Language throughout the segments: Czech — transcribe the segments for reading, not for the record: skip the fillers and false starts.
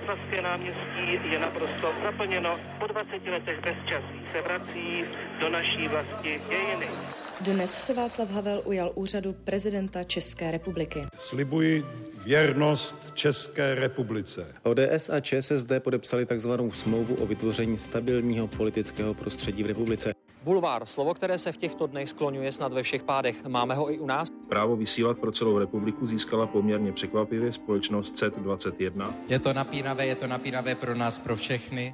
Václavské náměstí je naprosto zaplněno. Po 20 letech bezčasí se vrací do naší vlasti dějiny. Dnes se Václav Havel ujal úřadu prezidenta České republiky. Slibuji věrnost České republice. ODS a ČSSD podepsali takzvanou smlouvu o vytvoření stabilního politického prostředí v republice. Bulvár, slovo, které se v těchto dnech skloňuje snad ve všech pádech. Máme ho i u nás? Právo vysílat pro celou republiku získala poměrně překvapivě společnost CET21. Je to napínavé pro nás, pro všechny.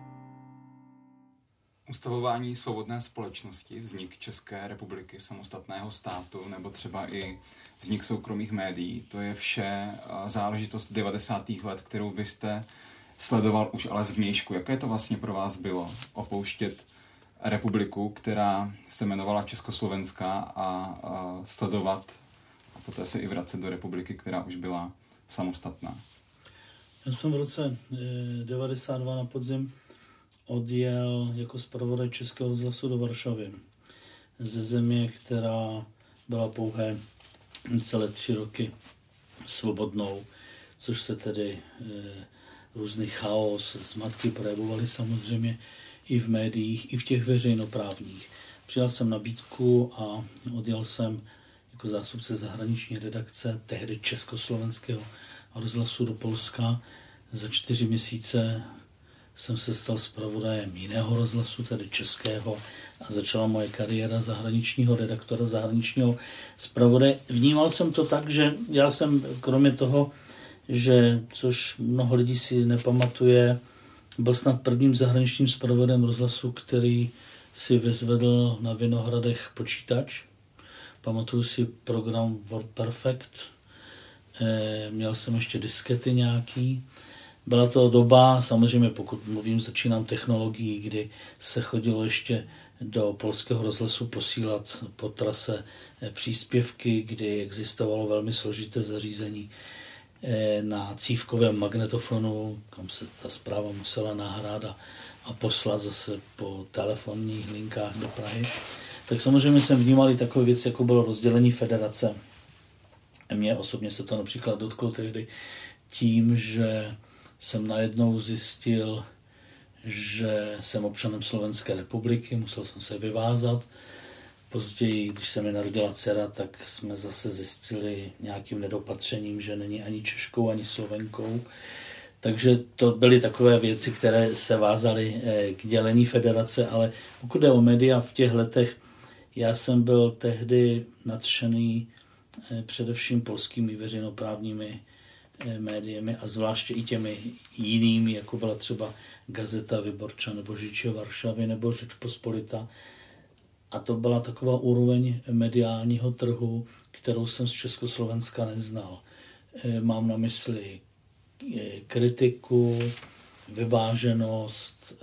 Ustavování svobodné společnosti, vznik České republiky, samostatného státu nebo třeba i vznik soukromých médií, to je vše záležitost 90. let, kterou vy jste sledoval už ale zvnějšku. Jaké to vlastně pro vás bylo opouštět republiku, která se jmenovala Československá a sledovat a poté se i vracet do republiky, která už byla samostatná? Já jsem v roce 92 na podzim odjel jako zpravodaj Českého rozhlasu do Varšavy ze země, která byla pouhé celé 3 roky svobodnou, což se tedy různý chaos, zmatky projevovaly samozřejmě i v médiích, i v těch veřejnoprávních. Přijal jsem nabídku a odjel jsem jako zástupce zahraniční redakce tehdy Československého rozhlasu do Polska. Za 4 měsíce jsem se stal zpravodajem jiného rozhlasu, tedy českého, a začala moje kariéra zahraničního redaktora, zahraničního zpravodaje. Vnímal jsem to tak, že já jsem kromě toho, že, což mnoho lidí si nepamatuje, byl snad prvním zahraničním zpravodajem rozhlasu, který si vyzvedl na Vinohradech počítač. Pamatuju si program WordPerfect, měl jsem ještě diskety nějaký. Byla to doba, samozřejmě pokud začínám technologií, kdy se chodilo ještě do polského rozhlasu posílat po trase příspěvky, kdy existovalo velmi složité zařízení na cívkovém magnetofonu, kam se ta zpráva musela nahrát a poslat zase po telefonních linkách do Prahy. Tak samozřejmě jsem vnímal i takové věci, jako bylo rozdělení federace. Mně osobně se to například dotklo tehdy tím, že jsem najednou zjistil, že jsem občanem Slovenské republiky, musel jsem se vyvázat. Později, když se mi narodila dcera, tak jsme zase zjistili nějakým nedopatřením, že není ani Češkou, ani Slovenkou. Takže to byly takové věci, které se vázaly k dělení federace, ale pokud jde o média v těch letech, já jsem byl tehdy nadšený především polskými veřejnoprávními médiemi a zvláště i těmi jinými, jako byla třeba Gazeta Wyborcza nebo Życie Varšavy nebo Rzeczpospolita. A to byla taková úroveň mediálního trhu, kterou jsem z Československa neznal. Mám na mysli kritiku, vyváženost,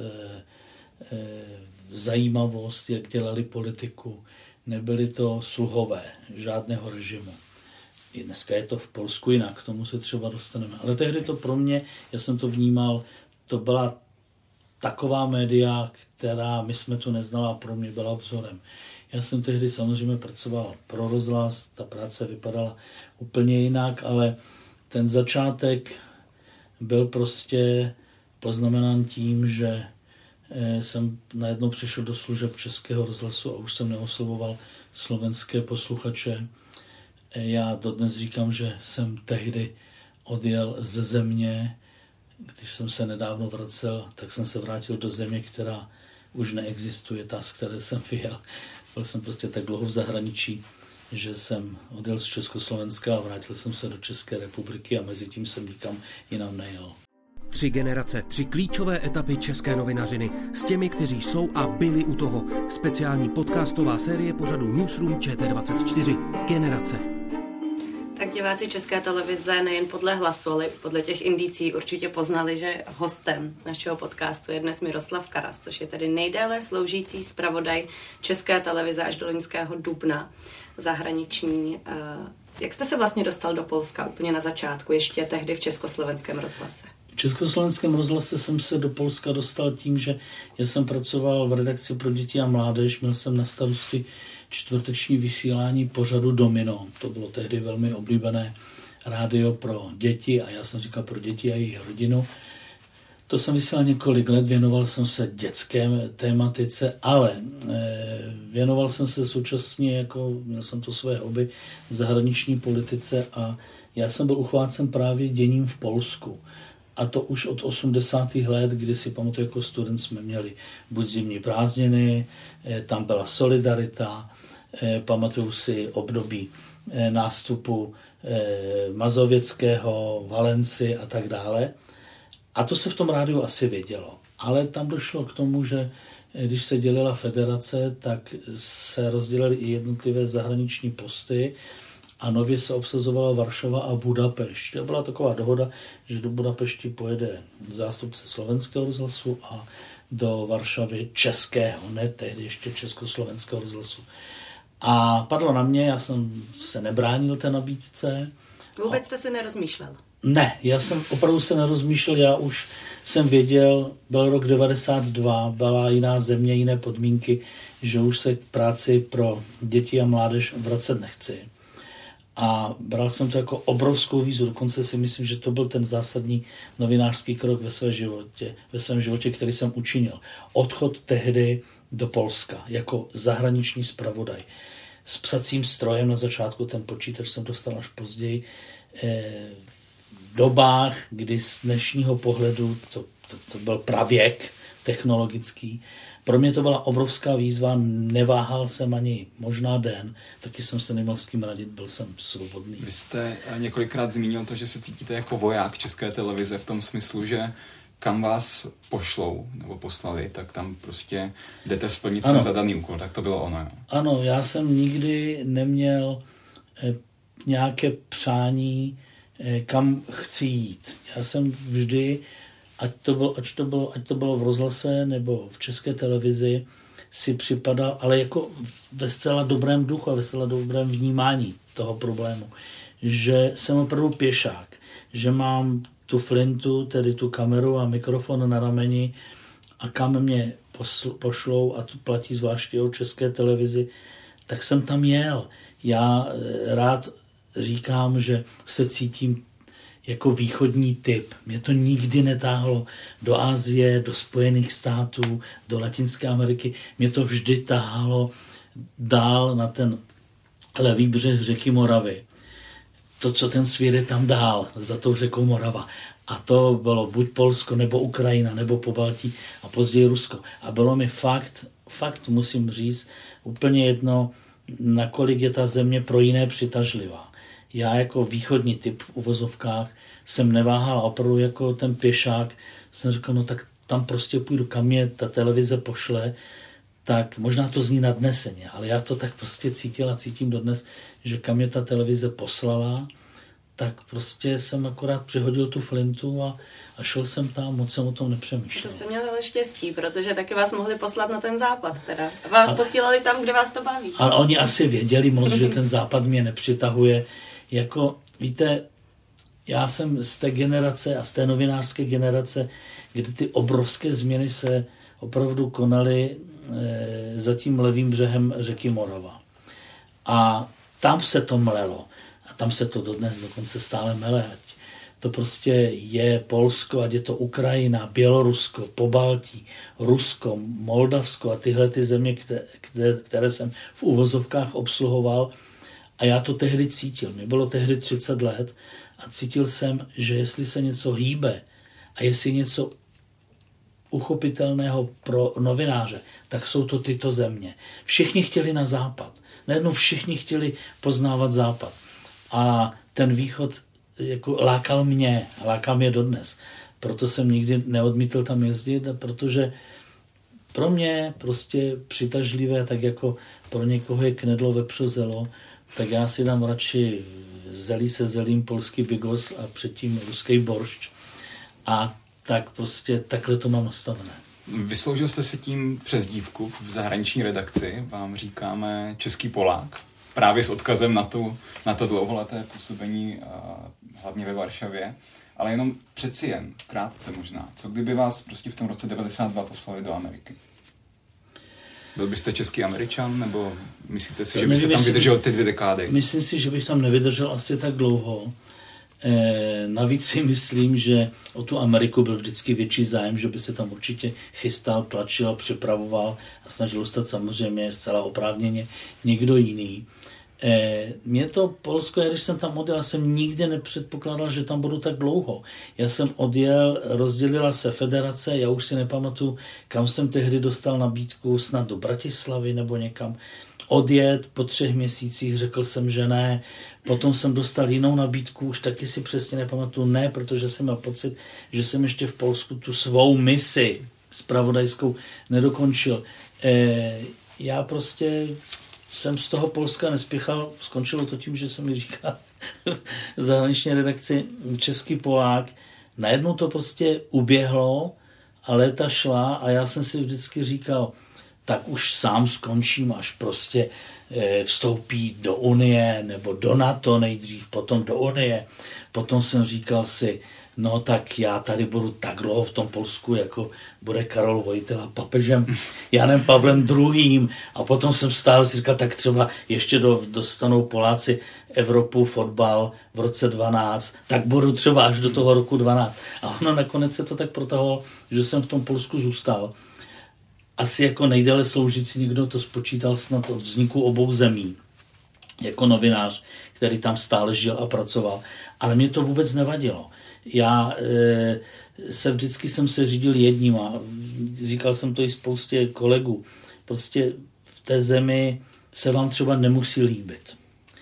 zajímavost, jak dělali politiku. Nebyli to sluhové žádného režimu. I dneska je to v Polsku jinak, k tomu se třeba dostaneme. Ale tehdy to pro mě, já jsem to vnímal, to byla taková média, která my jsme tu neznala a pro mě byla vzorem. Já jsem tehdy samozřejmě pracoval pro rozhlas, ta práce vypadala úplně jinak, ale ten začátek byl prostě poznamenán tím, že jsem najednou přišel do služeb Českého rozhlasu a už jsem neoslovoval slovenské posluchače. Já dodnes říkám, že jsem tehdy odjel ze země, když jsem se nedávno vracel, tak jsem se vrátil do země, která už neexistuje, ta, z které jsem vyjel. Byl jsem prostě tak dlouho v zahraničí, že jsem odjel z Československa a vrátil jsem se do České republiky a mezi tím jsem nikam jinam nejel. 3 generace, 3 klíčové etapy české novinařiny s těmi, kteří jsou a byli u toho. Speciální podcastová série pořadu Newsroom ČT24. Generace. Tak diváci České televize nejen podle hlasu, ale podle těch indicí určitě poznali, že hostem našeho podcastu je dnes Miroslav Karas, což je tedy nejdéle sloužící zpravodaj České televize až do loňského dubna zahraniční. Jak jste se vlastně dostal do Polska úplně na začátku, ještě tehdy v Československém rozhlase? V Československém rozhlase jsem se do Polska dostal tím, že já jsem pracoval v redakci pro děti a mládež, měl jsem na starosti čtvrteční vysílání pořadu Domino. To bylo tehdy velmi oblíbené rádio pro děti a já jsem říkal pro děti a jejich rodinu. To jsem vysílal několik let, věnoval jsem se dětské tématice, ale věnoval jsem se současně, jako měl jsem to své hobby, zahraniční politice a já jsem byl uchvácen právě děním v Polsku. A to už od 80. let, kdy si pamatuju, jako student jsme měli buď zimní prázdniny, tam byla solidarita, pamatuju si období nástupu Mazověckého, Valenci a tak dále. A to se v tom rádiu asi vědělo. Ale tam došlo k tomu, že když se dělila federace, tak se rozdělily i jednotlivé zahraniční posty a nově se obsazovala Varšava a Budapešť. To byla taková dohoda, že do Budapešti pojede zástupce Slovenského rozhlasu a do Varšavy českého, ne tehdy ještě československého rozhlasu. A padlo na mě, já jsem se nebránil té nabídce. Vůbec jste se nerozmýšlel? Ne, já jsem opravdu se nerozmýšlel, já už jsem věděl, byl rok 92, byla jiná země, jiné podmínky, že už se k práci pro děti a mládež vracet nechci. A bral jsem to jako obrovskou výzvu, dokonce si myslím, že to byl ten zásadní novinářský krok ve svém životě, který jsem učinil. Odchod tehdy do Polska jako zahraniční zpravodaj. S psacím strojem na začátku, ten počítač jsem dostal až později, v dobách, kdy z dnešního pohledu to byl pravěk technologický. Pro mě to byla obrovská výzva, neváhal jsem ani možná den, taky jsem se neměl s kým radit, byl jsem svobodný. Vy jste několikrát zmínil to, že se cítíte jako voják České televize v tom smyslu, že kam vás pošlou nebo poslali, tak tam prostě jdete splnit ten zadaný úkol, tak to bylo ono. Jo? Ano, já jsem nikdy neměl nějaké přání, kam chci jít. Já jsem vždy, ať to bylo v rozhlase nebo v České televizi, si připadal, ale jako ve zcela dobrém duchu a ve zcela dobrém vnímání toho problému, že jsem opravdu pěšák, že mám tu flintu, tedy tu kameru a mikrofon na rameni a kam mě pošlou, a to platí zvláště o České televizi, tak jsem tam jel. Já rád říkám, že se cítím jako východní typ. Mě to nikdy netáhlo do Asie, do Spojených států, do Latinské Ameriky. Mě to vždy táhlo dál na ten levý břeh řeky Moravy. To, co ten svět je tam dál, za tou řekou Morava. A to bylo buď Polsko, nebo Ukrajina, nebo Pobaltí a později Rusko. A bylo mi fakt musím říct, úplně jedno, nakolik je ta země pro jiné přitažlivá. Já jako východní typ v uvozovkách jsem neváhal a opravdu jako ten pěšák jsem řekl, no tak tam prostě půjdu, kam mě ta televize pošle, tak možná to zní nadneseně, ale já to tak prostě cítil a cítím dodnes, že kam mě ta televize poslala, tak prostě jsem akorát přihodil tu flintu a šel jsem tam, moc jsem o tom nepřemýšlel. To jste měli ale štěstí, protože taky vás mohli poslat na ten západ teda. Vás posílali tam, kde vás to baví. Ale oni asi věděli moc, že ten západ mě nepřitahuje. Jako, víte, já jsem z té generace a z té novinářské generace, kdy ty obrovské změny se opravdu konaly za tím levým břehem řeky Morava. A tam se to mlelo. A tam se to dodnes dokonce stále mele. Ať to prostě je Polsko, ať je to Ukrajina, Bělorusko, Pobaltí, Rusko, Moldavsko a tyhle ty země, které jsem v uvozovkách obsluhoval. A já to tehdy cítil. Mě bylo tehdy 30 let a cítil jsem, že jestli se něco hýbe a jestli něco uchopitelného pro novináře, tak jsou to tyto země. Všichni chtěli na západ. Najednou všichni chtěli poznávat západ. A ten východ jako lákal mě, láká mě dodnes. Proto jsem nikdy neodmítl tam jezdit, protože pro mě prostě přitažlivé, tak jako pro někoho je knedlo, vepřo, zelo, tak já si dám radši zelí se zelím, polský bigos a předtím ruský boršč. A tak prostě takhle to mám nastavené. Vysloužil jste si tím přezdívku v zahraniční redakci, vám říkáme Český Polák, právě s odkazem na to dlouholeté působení hlavně ve Varšavě, ale jenom přeci jen, krátce možná. Co kdyby vás prostě v tom roce 92 poslali do Ameriky? Byl byste český Američan, nebo myslíte si, že byste tam vydržel ty 2 dekády? Myslím si, že bych tam nevydržel asi tak dlouho. Navíc si myslím, že o tu Ameriku byl vždycky větší zájem, že by se tam určitě chystal, tlačil, připravoval a snažil dostat samozřejmě zcela oprávněně někdo jiný. Mě to Polsko, když jsem tam odjel, jsem nikdy nepředpokládal, že tam budu tak dlouho. Já jsem odjel, rozdělila se federace, já už si nepamatuju, kam jsem tehdy dostal nabídku, snad do Bratislavy nebo někam. Odjet po 3 měsících, řekl jsem, že ne. Potom jsem dostal jinou nabídku, už taky si přesně nepamatuju, ne, protože jsem měl pocit, že jsem ještě v Polsku tu svou misi zpravodajskou nedokončil. Já prostě jsem z toho Polska nespěchal, skončilo to tím, že jsem mi říkal v zahraniční redakci Český Polák. Najednou to prostě uběhlo a léta šla a já jsem si vždycky říkal, tak už sám skončím, až prostě vstoupí do Unie nebo do NATO nejdřív, potom do Unie. Potom jsem říkal si, no tak já tady budu tak dlouho v tom Polsku, jako bude Karol Wojtyla papežem Janem Pavlem II. A potom jsem stál si říkal, tak třeba ještě dostanou Poláci Evropu, fotbal v roce 12, tak budu třeba až do toho roku 12. A ono nakonec se to tak protahovalo, že jsem v tom Polsku zůstal. Asi jako nejdéle sloužící, někdo to spočítal snad od vzniku obou zemí, jako novinář, který tam stále žil a pracoval. Ale mě to vůbec nevadilo. Já jsem se řídil jedním a říkal jsem to i spoustě kolegů. Prostě v té zemi se vám třeba nemusí líbit.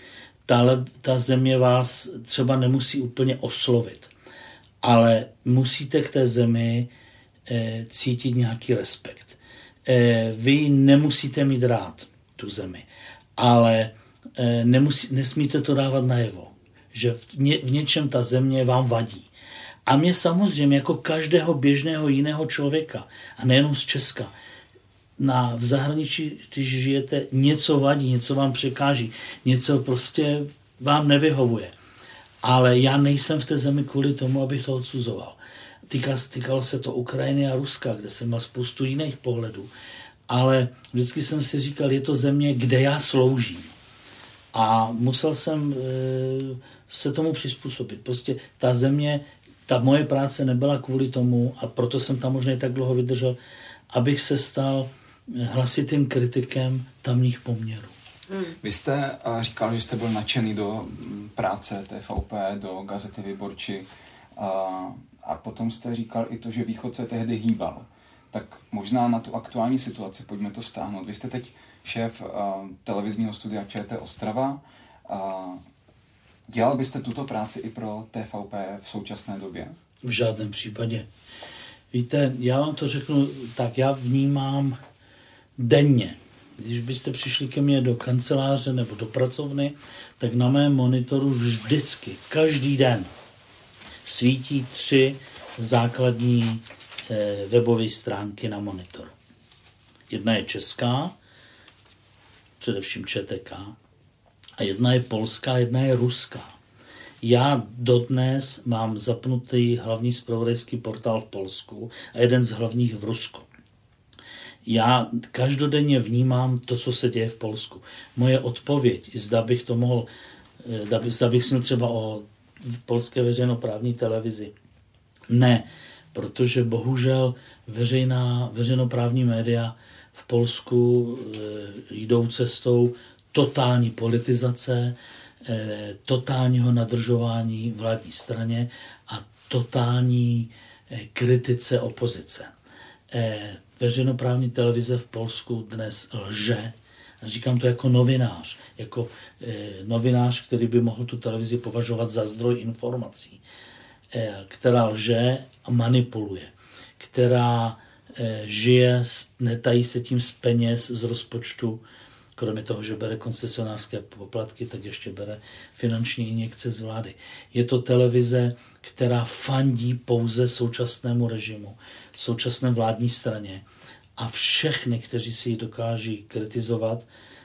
Ta země vás třeba nemusí úplně oslovit. Ale musíte k té zemi cítit nějaký respekt. Vy nemusíte mít rád tu zemi, ale nesmíte to dávat najevo, že v něčem ta země vám vadí. A mě samozřejmě jako každého běžného jiného člověka, a nejenom z Česka, v zahraničí, když žijete, něco vadí, něco vám překáží, něco prostě vám nevyhovuje. Ale já nejsem v té zemi kvůli tomu, abych to odsuzoval. Týkalo se to Ukrajiny a Ruska, kde jsem měl spoustu jiných pohledů. Ale vždycky jsem si říkal, je to země, kde já sloužím. A musel jsem se tomu přizpůsobit. Prostě ta země, ta moje práce nebyla kvůli tomu, a proto jsem tam možná i tak dlouho vydržel, abych se stal hlasitým kritikem tamních poměrů. Vy jste říkal, že jste byl nadšený do práce TVP, do Gazety Vyborčí, a potom jste říkal i to, že Východ se tehdy hýbal. Tak možná na tu aktuální situaci pojďme to vztáhnout. Vy jste teď šéf televizního studia ČT Ostrava. Dělal byste tuto práci i pro TVP v současné době? V žádném případě. Víte, já vám to řeknu tak, já vnímám denně. Když byste přišli ke mně do kanceláře nebo do pracovny, tak na mém monitoru vždycky, každý den svítí 3 základní webové stránky na monitoru. Jedna je česká, především ČTK, a jedna je polská, jedna je ruská. Já dodnes mám zapnutý hlavní zpravodajský portál v Polsku a jeden z hlavních v Rusku. Já každodenně vnímám to, co se děje v Polsku. Moje odpověď, zda bych to mohl, zda bych snil třeba o polské veřejnoprávní televizi. Ne, protože bohužel veřejnoprávní média v Polsku jdou cestou totální politizace, totálního nadržování vládní straně a totální kritice opozice. Veřejnoprávní televize v Polsku dnes lže. A říkám to jako novinář, který by mohl tu televizi považovat za zdroj informací, která lže a manipuluje, která žije, netají se tím z peněz, z rozpočtu, kromě toho, že bere koncesionářské poplatky, tak ještě bere finanční injekce z vlády. Je to televize, která fandí pouze současnému režimu, současné vládní straně, a všechny, kteří si ji dokáží kritizovat,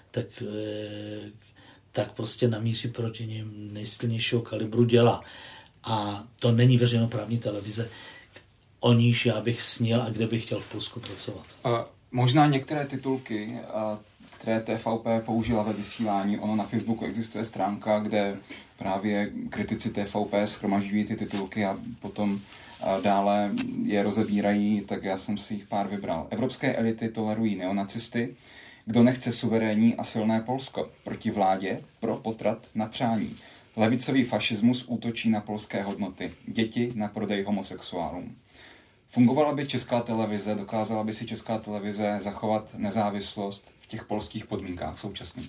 tak prostě namíří proti nim nejsilnějšího kalibru děla. A to není veřejnoprávní televize, o níž já bych snil a kde bych chtěl v Polsku pracovat. Možná některé titulky, které TVP použila ve vysílání. Ono na Facebooku existuje stránka, kde právě kritici TVP shromažďují ty titulky a potom dále je rozebírají, tak já jsem si jich pár vybral. Evropské elity tolerují neonacisty, kdo nechce suverénní a silné Polsko, proti vládě, pro potrat na přání. Levicový fašismus útočí na polské hodnoty, děti na prodej homosexuálům. Fungovala by Česká televize, dokázala by si Česká televize zachovat nezávislost v těch polských podmínkách současných?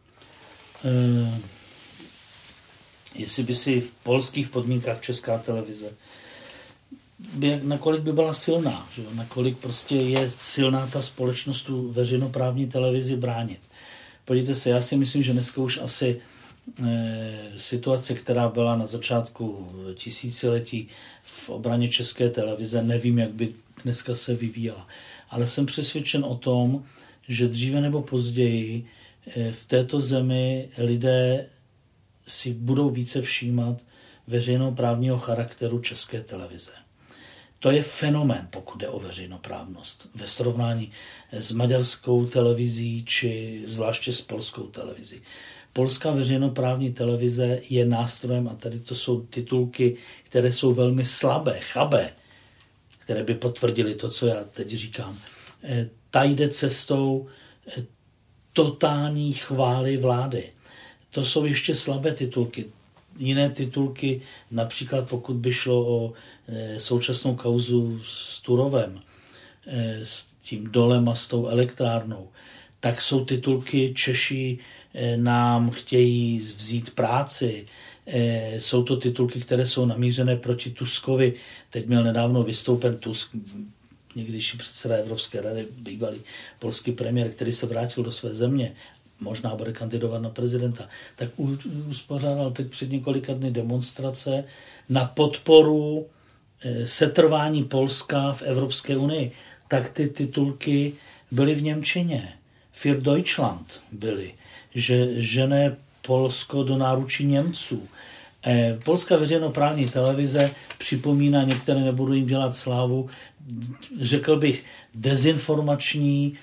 Jestli by si v polských podmínkách Česká televize, nakolik by byla silná, že? Nakolik prostě je silná ta společnost tu veřejnoprávní televizi bránit. Podívejte se, já si myslím, že dneska už asi situace, která byla na začátku tisíciletí v obraně České televize, nevím, jak by dneska se vyvíjela. Ale jsem přesvědčen o tom, že dříve nebo později v této zemi lidé si budou více všímat veřejnoprávního charakteru České televize. To je fenomén, pokud jde o veřejnoprávnost. Ve srovnání s maďarskou televizí či zvláště s polskou televizí. Polská veřejnoprávní televize je nástrojem, a tady to jsou titulky, které jsou velmi slabé, chabé, které by potvrdily to, co já teď říkám. Ta jde cestou totální chvály vlády. To jsou ještě slabé titulky. Jiné titulky, například pokud by šlo o současnou kauzu s Turovem, s tím dolem a s tou elektrárnou, tak jsou titulky Češi nám chtějí vzít práci. Jsou to titulky, které jsou namířené proti Tuskovi. Teď měl nedávno vystoupen Tusk, někdejší předseda Evropské rady, bývalý polský premiér, který se vrátil do své země, možná bude kandidovat na prezidenta, tak uspořádal teď před několika dny demonstrace na podporu setrvání Polska v Evropské unii. Tak ty titulky byly v němčině. Für Deutschland byly, že žene Polsko do náručí Němců. Polská veřejnoprávní televize připomíná, některé nebudu jim dělat slávu, řekl bych dezinformační,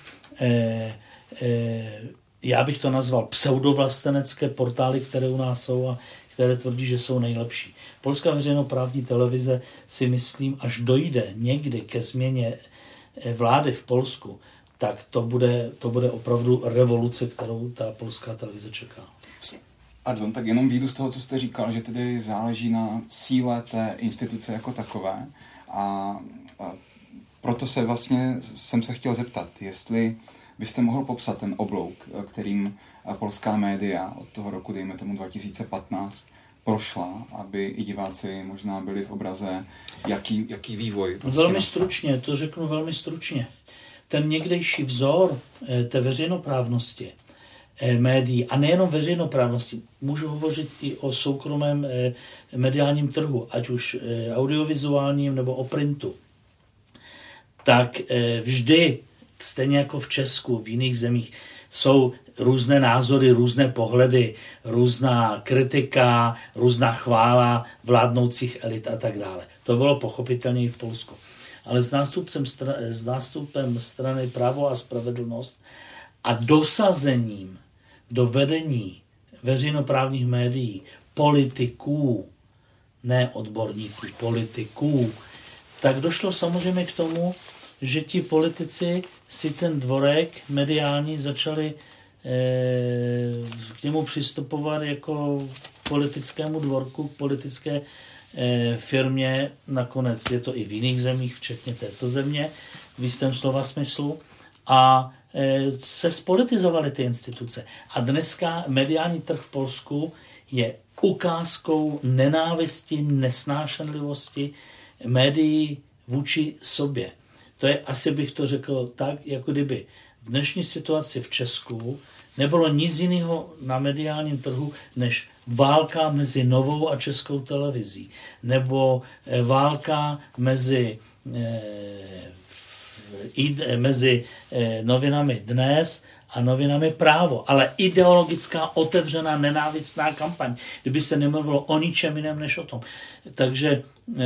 já bych to nazval pseudovlastenecké portály, které u nás jsou a které tvrdí, že jsou nejlepší. Polská veřejnoprávní televize si myslím, až dojde někdy ke změně vlády v Polsku, tak to bude opravdu revoluce, kterou ta polská televize čeká. Pardon, tak jenom výjdu z toho, co jste říkal, že tedy záleží na síle té instituce jako takové a proto jsem se chtěl zeptat, jestli byste mohl popsat ten oblouk, kterým polská média od toho roku, dejme tomu 2015, prošla, aby i diváci možná byli v obraze, jaký vývoj. Velmi stručně, to řeknu velmi stručně. Ten někdejší vzor té veřejnoprávnosti médií, a nejenom veřejnoprávnosti, můžu hovořit i o soukromém mediálním trhu, ať už audiovizuálním nebo o printu, tak vždy, stejně jako v Česku, v jiných zemích, jsou různé názory, různé pohledy, různá kritika, různá chvála vládnoucích elit a tak dále. To bylo pochopitelně i v Polsku. Ale s nástupem strany Právo a spravedlnost a dosazením do vedení veřejnoprávních médií politiků, ne odborníků, politiků, tak došlo samozřejmě k tomu, že ti politici si ten dvorek mediální začali k němu přistupovat jako k politickému dvorku, k politické firmě. Nakonec je to i v jiných zemích, včetně této země, v jistém slova smyslu. A se spolitizovaly ty instituce. A dneska mediální trh v Polsku je ukázkou nenávisti, nesnášenlivosti médií vůči sobě. To je, asi bych to řekl tak, jako kdyby v dnešní situaci v Česku nebylo nic jiného na mediálním trhu, než válka mezi Novou a Českou televizí, nebo válka mezi novinami Dnes a novinami Právo. Ale ideologická, otevřená, nenávistná kampaň, kdyby se nemluvilo o ničem jiném než o tom. Takže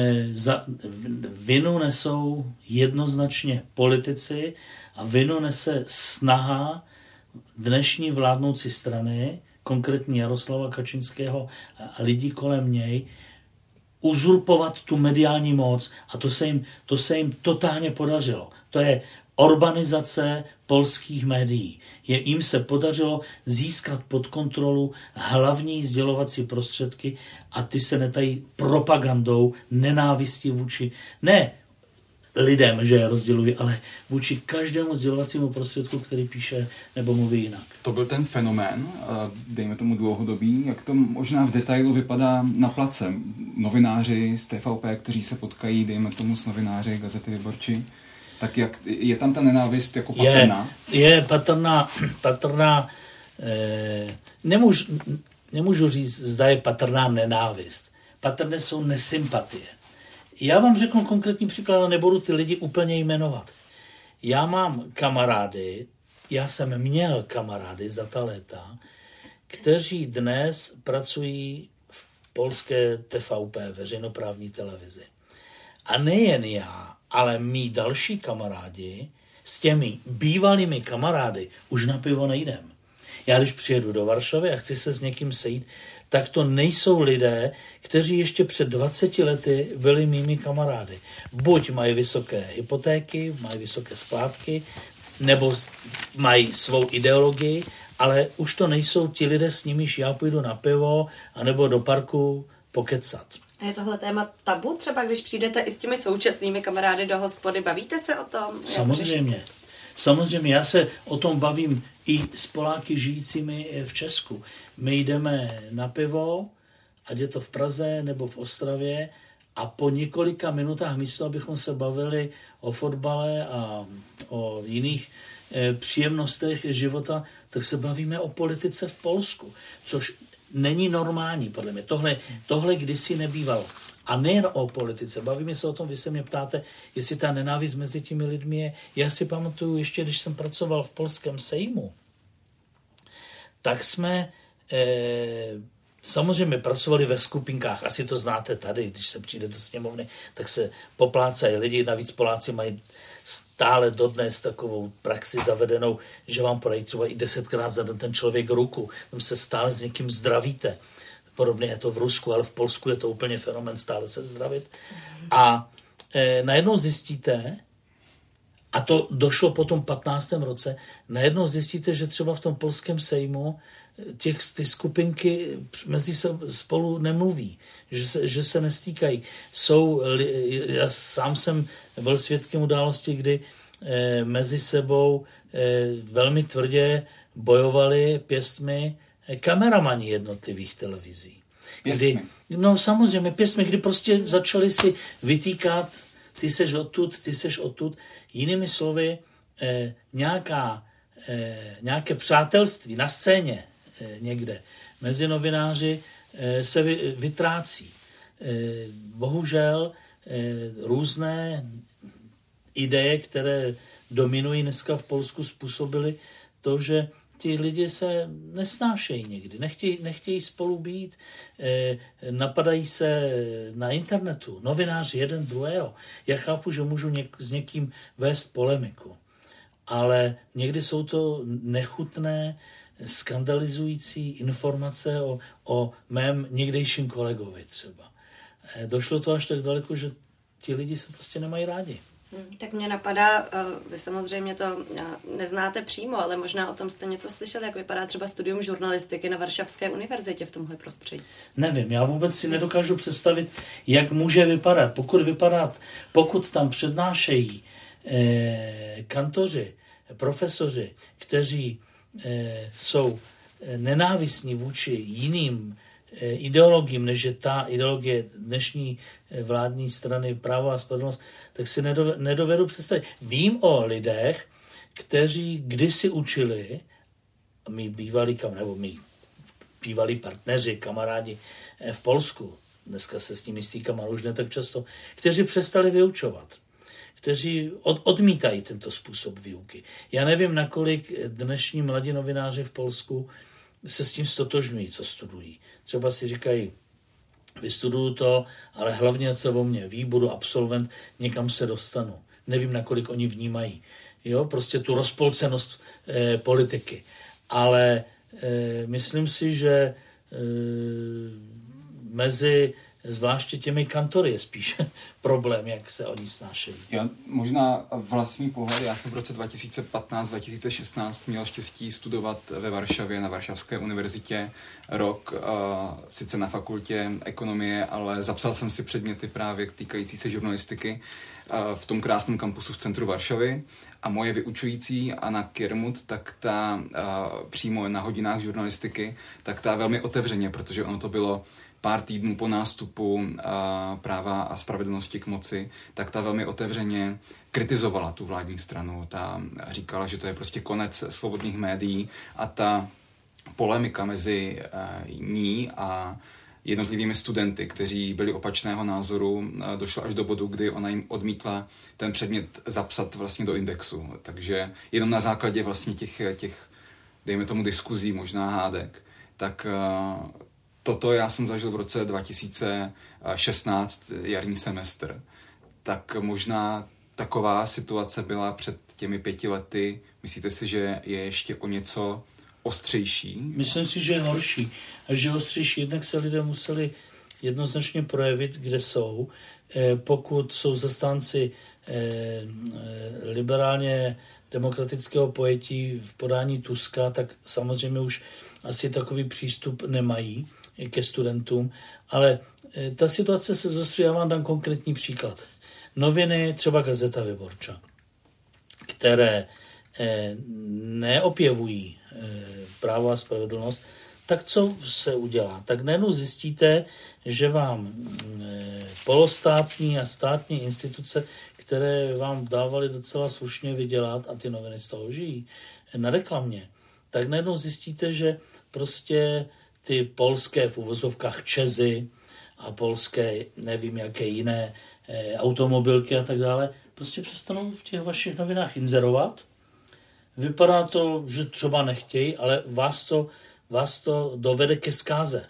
vinu nesou jednoznačně politici a vinu nese snaha dnešní vládnoucí strany, konkrétně Jaroslava Kačinského a lidí kolem něj, uzurpovat tu mediální moc a to se jim totálně podařilo. To je orbanizace polských médií. Jim se podařilo získat pod kontrolu hlavní sdělovací prostředky a ty se netají propagandou nenávistí vůči ne lidem, že je rozdělují, ale vůči každému sdělovacímu prostředku, který píše nebo mluví jinak. To byl ten fenomén, dejme tomu dlouhodobý, jak to možná v detailu vypadá na place. Novináři z TVP, kteří se potkají, dejme tomu s novináři Gazety Wyborčí, tak jak je tam ta nenávist jako patrná? Je patrná, nemůžu říct, zda je patrná nenávist. Patrné jsou nesympatie. Já vám řeknu konkrétní příklad, ale nebudu ty lidi úplně jmenovat. Já mám kamarády, já jsem měl kamarády za ta léta, kteří dnes pracují v polské TVP, veřejnoprávní televizi. A nejen já, ale mý další kamarádi s těmi bývalými kamarády už na pivo nejdem. Já když přijedu do Varšavy a chci se s někým sejít, tak to nejsou lidé, kteří ještě před 20 lety byli mými kamarády. Buď mají vysoké hypotéky, mají vysoké splátky, nebo mají svou ideologii, ale už to nejsou ti lidé, s nimiž já půjdu na pivo anebo do parku pokecat. A je tohle téma tabu? Třeba když přijdete i s těmi současnými kamarády do hospody, bavíte se o tom? Samozřejmě. Samozřejmě, já se o tom bavím i s Poláky žijícími v Česku. My jdeme na pivo, ať je to v Praze nebo v Ostravě, a po několika minutách místo, abychom se bavili o fotbale a o jiných příjemnostech života, tak se bavíme o politice v Polsku, což není normální, podle mě. Tohle kdysi nebývalo. A nejen o politice. Bavíme se o tom, vy se mě ptáte, jestli ta nenávist mezi těmi lidmi je. Já si pamatuju ještě, když jsem pracoval v polském sejmu, tak jsme samozřejmě pracovali ve skupinkách. Asi to znáte tady, když se přijde do sněmovny, tak se poplácají lidi. Navíc Poláci mají stále dodnes takovou praxi zavedenou, že vám podají třeba i 10krát za den ten člověk ruku. Tam se stále s někým zdravíte. Podobně je to v Rusku, ale v Polsku je to úplně fenomén stále se zdravit. A najednou zjistíte, a to došlo po tom 15. roce, najednou zjistíte, že třeba v tom polském sejmu ty skupinky mezi spolu nemluví, že se nestýkají. Já sám jsem byl svědkem události, kdy mezi sebou velmi tvrdě bojovali pěstmi kameramani jednotlivých televizí. No samozřejmě pěstmi, kdy prostě začali si vytýkat, ty seš odtud. Jinými slovy, nějaké přátelství na scéně někde mezi novináři se vytrácí. Bohužel různé ideje, které dominují dneska v Polsku, způsobily to, že ti lidi se nesnášejí někdy, nechtějí spolu být, napadají se na internetu, novináři jeden druhého. Já chápu, že můžu s někým vést polemiku, ale někdy jsou to nechutné, skandalizující informace o mém někdejším kolegovi třeba. Došlo to až tak daleko, že ti lidi se prostě nemají rádi. Tak mě napadá, vy samozřejmě to neznáte přímo, ale možná o tom jste něco slyšeli, jak vypadá třeba studium žurnalistiky na Varšavské univerzitě v tomhle prostředí. Nevím, já vůbec si nedokážu představit, jak může vypadat. Pokud tam přednášejí kantoři, profesoři, kteří jsou nenávistní vůči jiným ideologiím, než je ta ideologie dnešní vládní strany Právo a spravedlnost, tak si nedovedu představit. Vím o lidech, kteří kdysi učili, mý bývalí partneři, kamarádi v Polsku, dneska se s nimi stýkám, ale už ne tak často, kteří přestali vyučovat, kteří odmítají tento způsob výuky. Já nevím, nakolik dnešní mladí novináři v Polsku se s tím stotožňují, co studují. Třeba si říkají, vystuduju to, ale hlavně se o mě ví, budu absolvent, někam se dostanu. Nevím, nakolik oni vnímají jo, prostě tu rozpolcenost politiky. Ale myslím si, že mezi zvláště těmi kantory je spíš problém, jak se oni snášejí. Já možná vlastní pohled, já jsem v roce 2015-2016 měl štěstí studovat ve Varšavě na Varšavské univerzitě rok, sice na fakultě ekonomie, ale zapsal jsem si předměty právě týkající se žurnalistiky v tom krásném kampusu v centru Varšavy a moje vyučující Anna Kirmut, tak ta přímo na hodinách žurnalistiky, tak ta velmi otevřeně, protože ono to bylo pár týdnů po nástupu Práva a spravedlnosti k moci, tak ta velmi otevřeně kritizovala tu vládní stranu. Ta říkala, že to je prostě konec svobodných médií a ta polemika mezi ní a jednotlivými studenty, kteří byli opačného názoru, došla až do bodu, kdy ona jim odmítla ten předmět zapsat vlastně do indexu. Takže jenom na základě vlastně těch dejme tomu diskuzí, možná hádek, tak toto já jsem zažil v roce 2016, jarní semestr. Tak možná taková situace byla před těmi 5 lety. Myslíte si, že je ještě o něco ostřejší? Myslím si, že je horší. A že ostřejší, jednak se lidé museli jednoznačně projevit, kde jsou. Pokud jsou zastánci liberálně demokratického pojetí v podání Tuska, tak samozřejmě už asi takový přístup nemají ke studentům, ale ta situace se zostří, já vám dám konkrétní příklad. Noviny, třeba Gazeta Wyborcza, které neopěvují Právo a spravedlnost, tak co se udělá? Tak najednou zjistíte, že vám polostátní a státní instituce, které vám dávaly docela slušně vydělat a ty noviny z toho žijí na reklamě, tak najednou zjistíte, že prostě ty polské v uvozovkách Čezy a polské nevím jaké jiné automobilky a tak dále, prostě přestanou v těch vašich novinách inzerovat. Vypadá to, že třeba nechtějí, ale vás to dovede ke zkáze.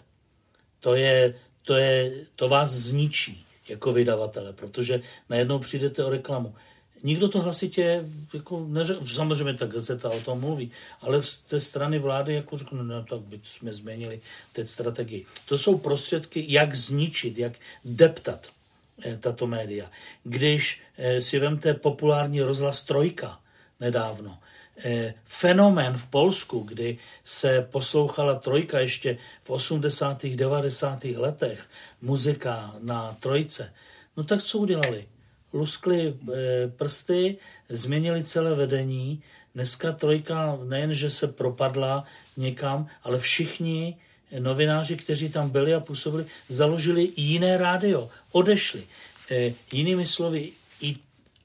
To vás zničí jako vydavatele, protože najednou přijdete o reklamu. Nikdo to hlasitě jako neřekl, samozřejmě ta Gazeta o tom mluví, ale z té strany vlády jako řekl, no tak jsme změnili teď strategii. To jsou prostředky, jak zničit, jak deptat tato média. Když si vemte populární rozhlas Trojka nedávno, fenomén v Polsku, kdy se poslouchala Trojka ještě v 80. 90. letech, muzika na Trojce, no tak co udělali? Luskli prsty, změnili celé vedení. Dneska Trojka nejenže se propadla někam, ale všichni novináři, kteří tam byli a působili, založili jiné rádio, odešli. Jinými slovy, i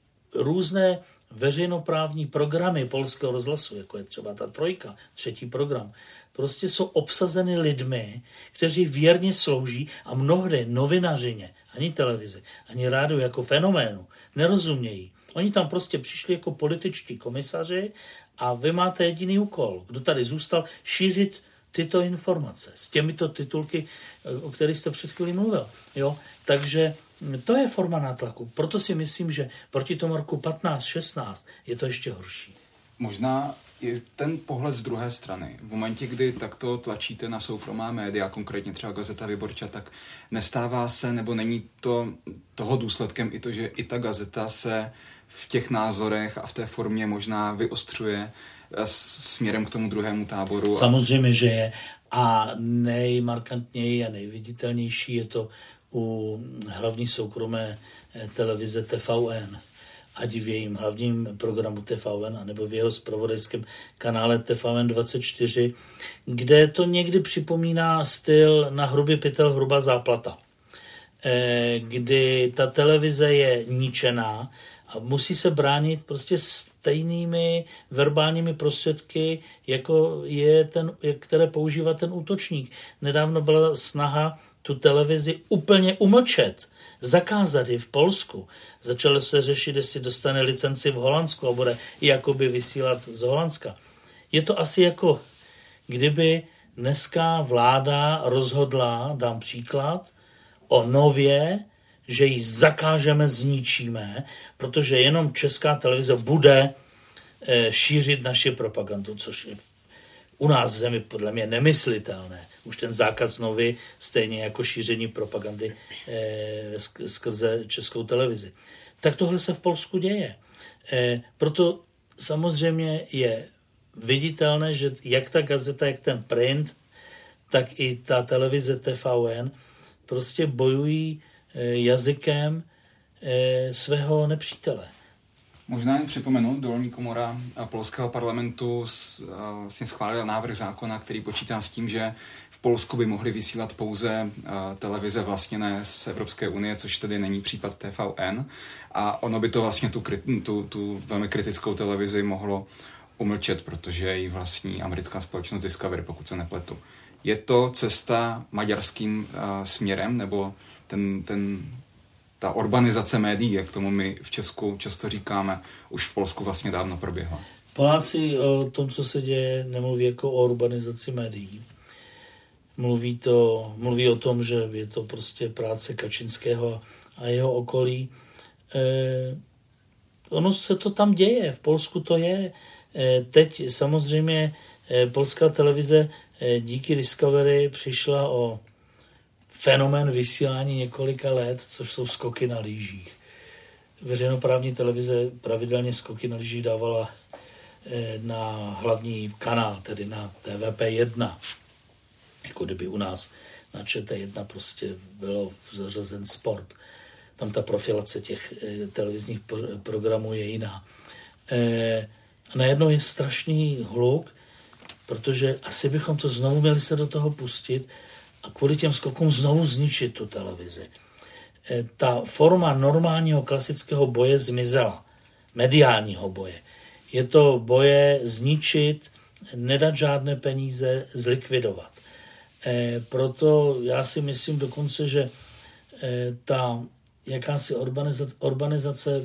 různé veřejnoprávní programy polského rozhlasu, jako je třeba ta Trojka, 3. program, prostě jsou obsazeny lidmi, kteří věrně slouží a mnohdy novinařině, ani televizi, ani rádiu jako fenoménu nerozumějí. Oni tam prostě přišli jako političtí komisaři a vy máte jediný úkol, kdo tady zůstal, šířit tyto informace s těmito titulky, o kterých jste před chvílí mluvil. Jo? Takže to je forma nátlaku. Proto si myslím, že proti tomu roku 15-16 je to ještě horší. Možná je ten pohled z druhé strany. V momentě, kdy takto tlačíte na soukromá média, konkrétně třeba Gazeta Wyborcza, tak nestává se, nebo není toho důsledkem i to, že i ta gazeta se v těch názorech a v té formě možná vyostřuje směrem k tomu druhému táboru. Samozřejmě, že je. A nejmarkantněji a nejviditelnější je to u hlavní soukromé televize TVN. Ať v jejím hlavním programu TVN, anebo v jeho zpravodajském kanále TVN24, kde to někdy připomíná styl Na hrubý pytel hrubá záplata. Kdy ta televize je ničená a musí se bránit prostě stejnými verbálními prostředky, jako je které používá ten útočník. Nedávno byla snaha tu televizi úplně umlčet, zakázat ji v Polsku. Začalo se řešit, jestli dostane licenci v Holandsku a bude jakoby vysílat z Holandska. Je to asi jako, kdyby dneska vláda rozhodla, dám příklad, o Nově, že ji zakážeme, zničíme, protože jenom Česká televize bude šířit naši propagandu, což je u nás v zemi podle mě nemyslitelné. Už ten zákaz nový, stejně jako šíření propagandy skrze Českou televizi. Tak tohle se v Polsku děje. Proto samozřejmě je viditelné, že jak ta gazeta, jak ten print, tak i ta televize TVN prostě bojují jazykem svého nepřítele. Možná jen připomenout, dolní komora polského parlamentu vlastně schválila návrh zákona, který počítá s tím, že v Polsku by mohly vysílat pouze televize vlastněné z Evropské unie, což tedy není případ TVN. A ono by to vlastně tu velmi kritickou televizi mohlo umlčet, protože ji vlastní americká společnost Discovery, pokud se nepletu. Je to cesta maďarským směrem, nebo ta urbanizace médií, jak tomu my v Česku často říkáme, už v Polsku vlastně dávno proběhla? Poláci o tom, co se děje, nemluví jako o urbanizaci médií. Mluví o tom, že je to prostě práce Kačinského a jeho okolí. Ono se to tam děje, v Polsku to je. Teď samozřejmě polská televize díky Discovery přišla o fenomén vysílání několika let, což jsou skoky na lyžích. Veřejnoprávní televize pravidelně skoky na lyžích dávala na hlavní kanál, tedy na TVP1. Jako kdyby u nás na ČT1 prostě bylo zařazen sport. Tam ta profilace těch televizních programů je jiná. A najednou je strašný hluk, protože asi bychom to znovu měli se do toho pustit a kvůli těm skokům znovu zničit tu televizi. Ta forma normálního klasického boje zmizela. Mediálního boje. Je to boje zničit, nedat žádné peníze, zlikvidovat. Proto já si myslím dokonce, že ta jakási urbanizace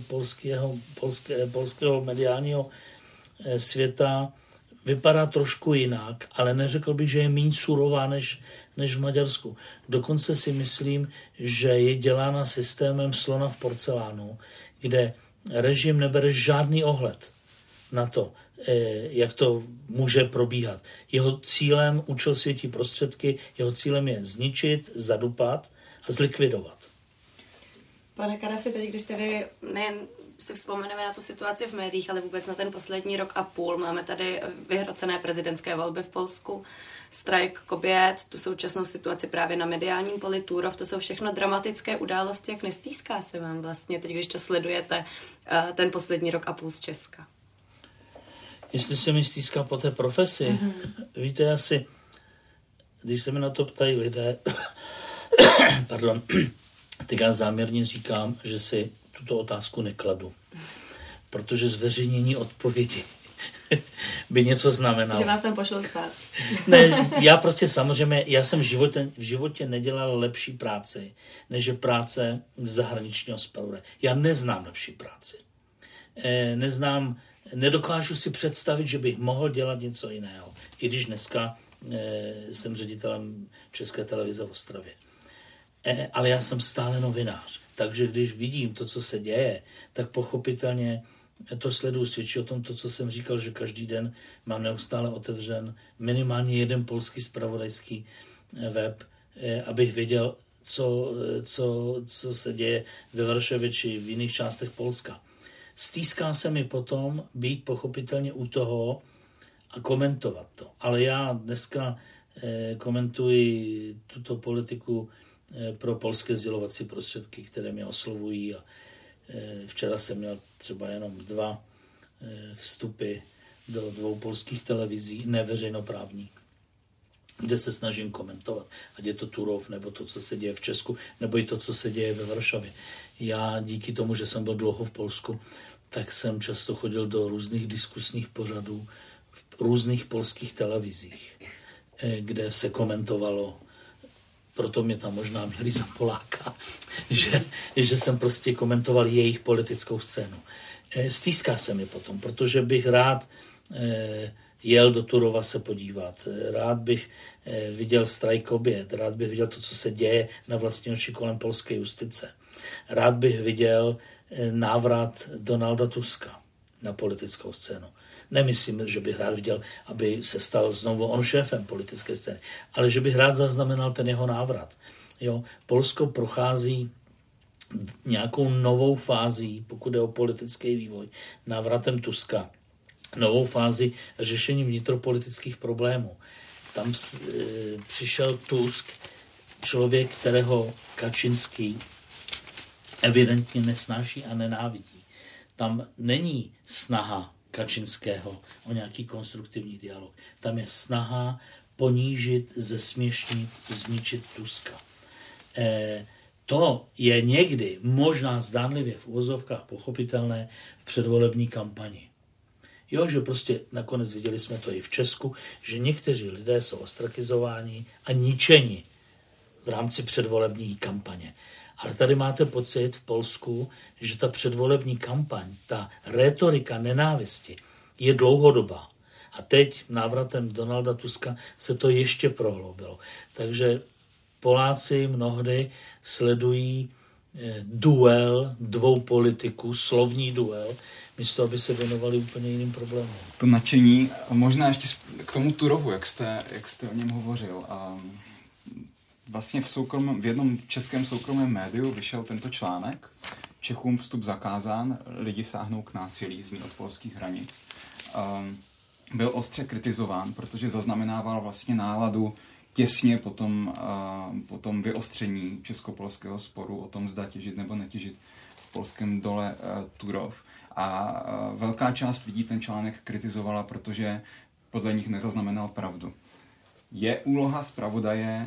polského mediálního světa vypadá trošku jinak, ale neřekl bych, že je méně surová než v Maďarsku. Dokonce si myslím, že je dělána systémem slona v porcelánu, kde režim nebere žádný ohled na to, jak to může probíhat. Jeho cílem, účel světí prostředky, jeho cílem je zničit, zadupat a zlikvidovat. Pane Karasi, teď když tady nejen si vzpomeneme na tu situaci v médiích, ale vůbec na ten poslední rok a půl, máme tady vyhrocené prezidentské volby v Polsku, strajk kobiet, tu současnou situaci právě na mediálním poli Turów, to jsou všechno dramatické události, jak nestýská se vám vlastně teď, když to sledujete ten poslední rok a půl z Česka. Jestli se mi stýská po té profesi, víte, asi, když se mi na to ptají lidé, pardon, tak já záměrně říkám, že si tuto otázku nekladu. Protože zveřejnění odpovědi by něco znamenalo. Že vás tam pošlou spát. Ne, já prostě samozřejmě, já jsem v životě nedělal lepší práci, než je práce zahraničního zpravodaje. Já neznám lepší práci. Nedokážu si představit, že bych mohl dělat něco jiného. I když dneska jsem ředitelem České televize v Ostravě. Ale já jsem stále novinář. Takže když vidím to, co se děje, tak pochopitelně to sleduju, svědčí o tom to, co jsem říkal, že každý den mám neustále otevřen minimálně jeden polský zpravodajský web, abych věděl, co se děje ve Varšavě či v jiných částech Polska. Stýská se mi potom být pochopitelně u toho a komentovat to. Ale já dneska komentuji tuto politiku pro polské sdělovací prostředky, které mě oslovují. A včera jsem měl třeba jenom 2 vstupy do 2 polských televizí, neveřejnoprávní, kde se snažím komentovat. Ať je to Turów, nebo to, co se děje v Česku, nebo i to, co se děje ve Varšavě. Já díky tomu, že jsem byl dlouho v Polsku, tak jsem často chodil do různých diskusních pořadů v různých polských televizích, kde se komentovalo. Proto mě tam možná měli za Poláka, že jsem prostě komentoval jejich politickou scénu. Stýská se mi potom, protože bych rád jel do Turowa se podívat. Rád bych viděl strajk kobiet, rád bych viděl to, co se děje na vlastní oči kolem polské justice. Rád bych viděl návrat Donalda Tuska. na politickou scénu. Nemyslím, že bych rád viděl, aby se stal znovu on šéfem politické scény, ale že bych rád zaznamenal ten jeho návrat. Jo? Polsko prochází nějakou novou fází, pokud jde o politický vývoj, návratem Tuska, novou fázi řešení vnitropolitických problémů. Tam přišel Tusk, člověk, kterého Kačinský evidentně nesnáší a nenávidí. Tam není snaha Kačinského o nějaký konstruktivní dialog. Tam je snaha ponížit, zesměšnit, zničit Tuska. To je někdy možná zdánlivě v uvozovkách pochopitelné v předvolební kampani. Jo, že prostě nakonec viděli jsme to i v Česku, že někteří lidé jsou ostrakizováni a ničeni v rámci předvolební kampaně. Ale tady máte pocit v Polsku, že ta předvolební kampaň, ta rétorika nenávisti je dlouhodobá. A teď návratem Donalda Tuska se to ještě prohloubilo. Takže Poláci mnohdy sledují duel dvou politiků, slovní duel, místo aby se věnovali úplně jiným problémům. To nadšení, možná ještě k tomu Turovu, jak jste o něm hovořil. Vlastně v jednom českém soukromém médiu vyšel tento článek. Čechům vstup zakázán, lidi sáhnou k násilí, zní od polských hranic. Byl ostře kritizován, protože zaznamenával vlastně náladu těsně po tom vyostření česko-polského sporu o tom, zda těžit nebo netěžit v polském dole Turów. A velká část lidí ten článek kritizovala, protože podle nich nezaznamenal pravdu. Je úloha zpravodaje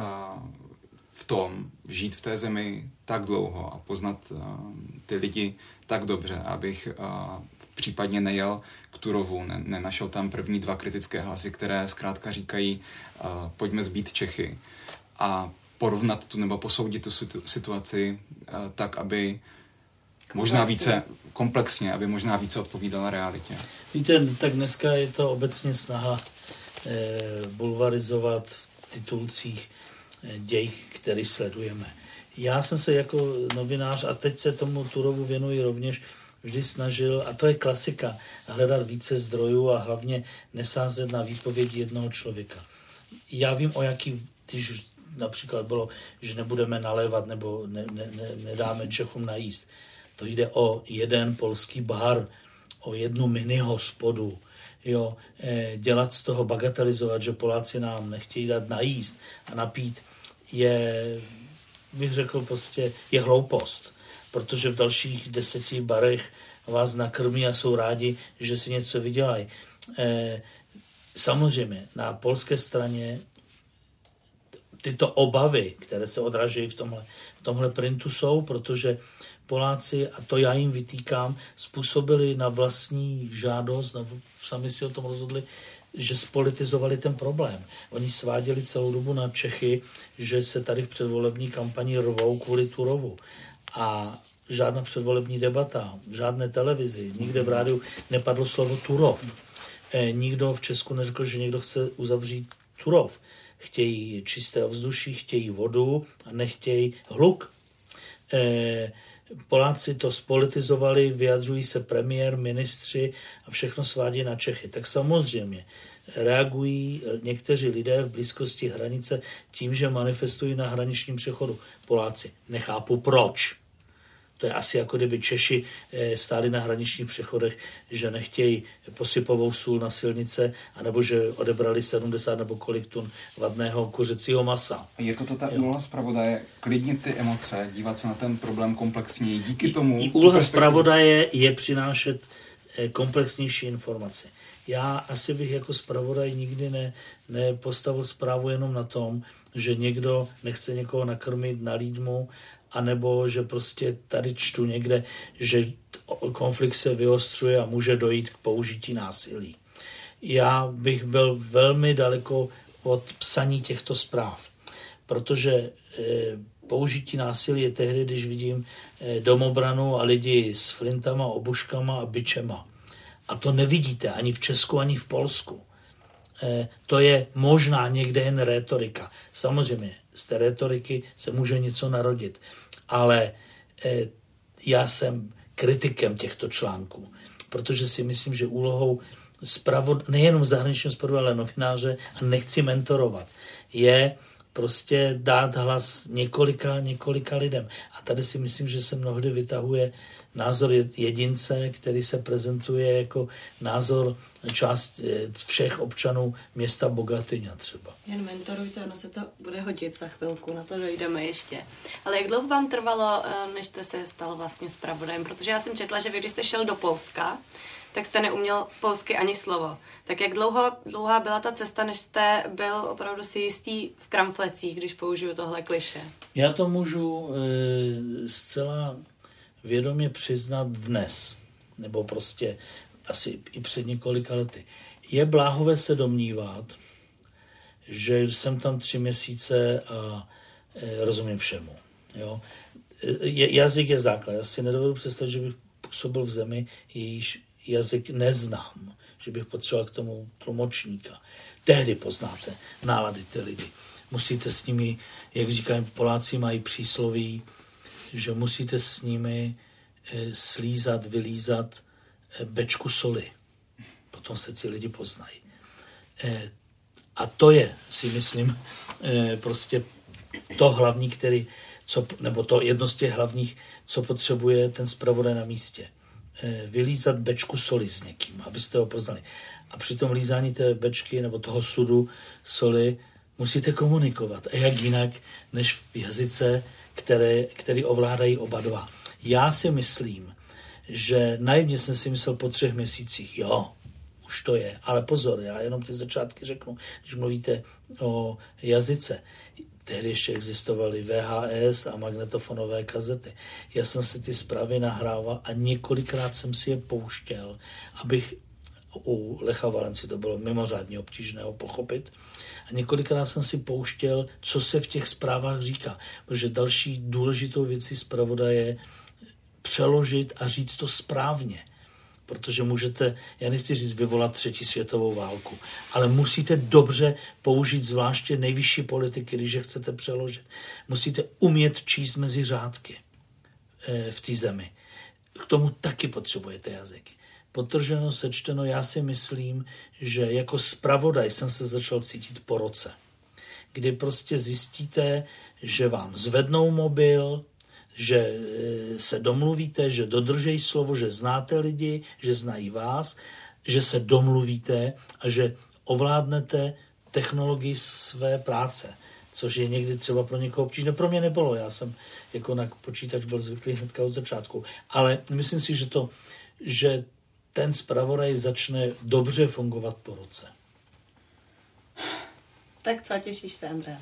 v tom žít v té zemi tak dlouho a poznat ty lidi tak dobře, abych případně nejel k Turovu, nenašel tam první dva kritické hlasy, které zkrátka říkají pojďme zbít Čechy a porovnat tu nebo posoudit tu situaci tak, aby možná více komplexně, aby možná více odpovídala realitě. Víte, tak dneska je to obecně snaha bulvarizovat v titulcích děj, který sledujeme. Já jsem se jako novinář, a teď se tomu Turovu věnuji rovněž, vždy snažil, a to je klasika, hledat více zdrojů a hlavně nesázet na výpověď jednoho člověka. Já vím, o jaký, když například bylo, že nebudeme nalévat nebo nedáme Čechům najíst. To jde o jeden polský bar, o jednu mini hospodu. Jo, dělat z toho, bagatelizovat, že Poláci nám nechtějí dát najíst a napít, je, bych řekl, prostě je hloupost. Protože v dalších 10 barech vás nakrmí a jsou rádi, že si něco vydělají. Samozřejmě na polské straně tyto obavy, které se odrážejí v tomhle printu jsou, protože Poláci, a to já jim vytýkám, způsobili na vlastní žádost, sami si o tom rozhodli, že spolitizovali ten problém. Oni sváděli celou dobu na Čechy, že se tady v předvolební kampani rvou kvůli Turovu. A žádná předvolební debata, žádné televizi, nikde v rádiu nepadlo slovo Turów. Nikdo v Česku neřekl, že někdo chce uzavřít Turów. Chtějí čisté ovzduší, chtějí vodu a nechtějí hluk. Poláci to spolitizovali, vyjadřují se premiér, ministři a všechno svádí na Čechy. Tak samozřejmě reagují někteří lidé v blízkosti hranice tím, že manifestují na hraničním přechodu. Poláci nechápu proč. To je asi jako kdyby Češi stáli na hraničních přechodech, že nechtějí posypovou sůl na silnice, anebo že odebrali 70 nebo kolik tun vadného kuřecího masa. Je to ta úloha zpravodaje, klidnit ty emoce, dívat se na ten problém komplexněji. Díky tomu... Úloha zpravodaje je přinášet komplexnější informace. Já asi bych jako zpravodaj nikdy nepostavil zprávu jenom na tom, že někdo nechce někoho nakrmit, nalít mu, anebo že prostě tady čtu někde, že konflikt se vyostřuje a může dojít k použití násilí. Já bych byl velmi daleko od psaní těchto zpráv, protože použití násilí je tehdy, když vidím domobranu a lidi s flintama, obuškama a bičema. A to nevidíte ani v Česku, ani v Polsku. To je možná někde jen rétorika. Samozřejmě z té rétoriky se může něco narodit, ale já jsem kritikem těchto článků, protože si myslím, že úlohou nejenom zahraničního zpravodaje, ale novináře, a nechci mentorovat, je prostě dát hlas několika lidem. A tady si myslím, že se mnohdy vytahuje názor jedince, který se prezentuje jako názor všech občanů města Bogatyňa třeba. Jen mentorujte, ono se to bude hodit za chvilku, na to dojdeme ještě. Ale jak dlouho vám trvalo, než jste se stal vlastně zpravodajem? Protože já jsem četla, že vy, když jste šel do Polska, tak jste neuměl polsky ani slovo. Tak jak dlouhá byla ta cesta, než jste byl opravdu si jistý v kramflecích, když použiju tohle kliše? Já to můžu zcela vědomě přiznat dnes, nebo prostě asi i před několika lety. Je bláhové se domnívat, že jsem tam 3 měsíce a rozumím všemu. Jo? Jazyk je základ. Já si nedovedu představit, že bych působil v zemi, jejíž jazyk neznám, že bych potřeboval k tomu tlumočníka. Tehdy poznáte nálady ty lidi. Musíte s nimi, jak říkají Poláci, mají přísloví, že musíte s nimi vylízat bečku soli. Potom se ti lidi poznají. A to je, si myslím, prostě to hlavní, nebo to jedno z těch hlavních, co potřebuje ten zpravodaj na místě. Vylízat bečku soli s někým, abyste ho poznali. A při tom lízání té bečky nebo toho sudu soli musíte komunikovat. A jak jinak, než v jazyce, který ovládají oba dva. Já si myslím, že naivně jsem si myslel po 3 měsících, jo, už to je. Ale pozor, já jenom ty začátky řeknu, když mluvíte o jazyce. Tehdy ještě existovaly VHS a magnetofonové kazety. Já jsem si ty zprávy nahrával a několikrát jsem si je pouštěl, abych u Lecha Valenci to bylo mimořádně obtížné ho pochopit. A několikrát jsem si pouštěl, co se v těch zprávách říká. Protože další důležitou věcí zpravodaje přeložit a říct to správně. Protože můžete, já nechci říct vyvolat 3. světovou válku, ale musíte dobře použít zvláště nejvyšší politiky, když je chcete přeložit. Musíte umět číst mezi řádky v té zemi. K tomu taky potřebujete jazyk. Podtrženo, sečteno, já si myslím, že jako zpravodaj jsem se začal cítit po roce, kdy prostě zjistíte, že vám zvednou mobil, že se domluvíte, že dodržejí slovo, že znáte lidi, že znají vás, že se domluvíte a že ovládnete technologii své práce, což je někdy třeba pro někoho obtížné. Pro mě nebylo, já jsem jako na počítač byl zvyklý hnedka od začátku. Ale myslím si, že ten zpravodaj začne dobře fungovat po roce. Tak co, těšíš se, Andreas?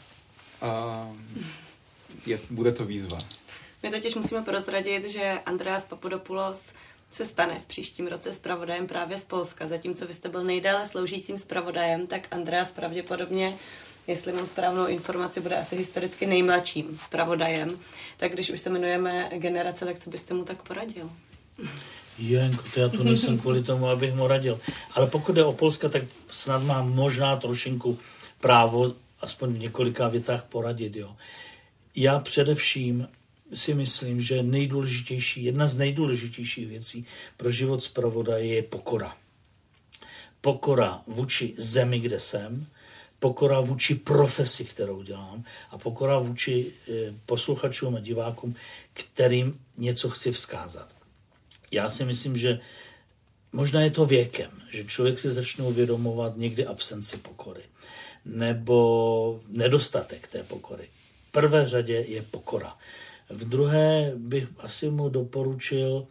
Bude to výzva. My totiž musíme prozradit, že Andreas Papadopoulos se stane v příštím roce zpravodajem právě z Polska. Zatímco vy jste byl nejdéle sloužícím zpravodajem, tak Andreas pravděpodobně, jestli mám správnou informaci, bude asi historicky nejmladším zpravodajem. Tak když už se jmenujeme generace, tak co byste mu tak poradil? Jenko, to já tu nejsem kvůli tomu, abych mu radil. Ale pokud jde o Polska, tak snad mám možná trošinku právo, aspoň v několika větách poradit. Jo. Já především si myslím, že jedna z nejdůležitějších věcí pro život zpravodaje je pokora. Pokora vůči zemi, kde jsem, pokora vůči profesi, kterou dělám a pokora vůči posluchačům a divákům, kterým něco chci vzkázat. Já si myslím, že možná je to věkem, že člověk si začne uvědomovat někdy absenci pokory nebo nedostatek té pokory. V prvé řadě je pokora. V druhé bych asi mu doporučil,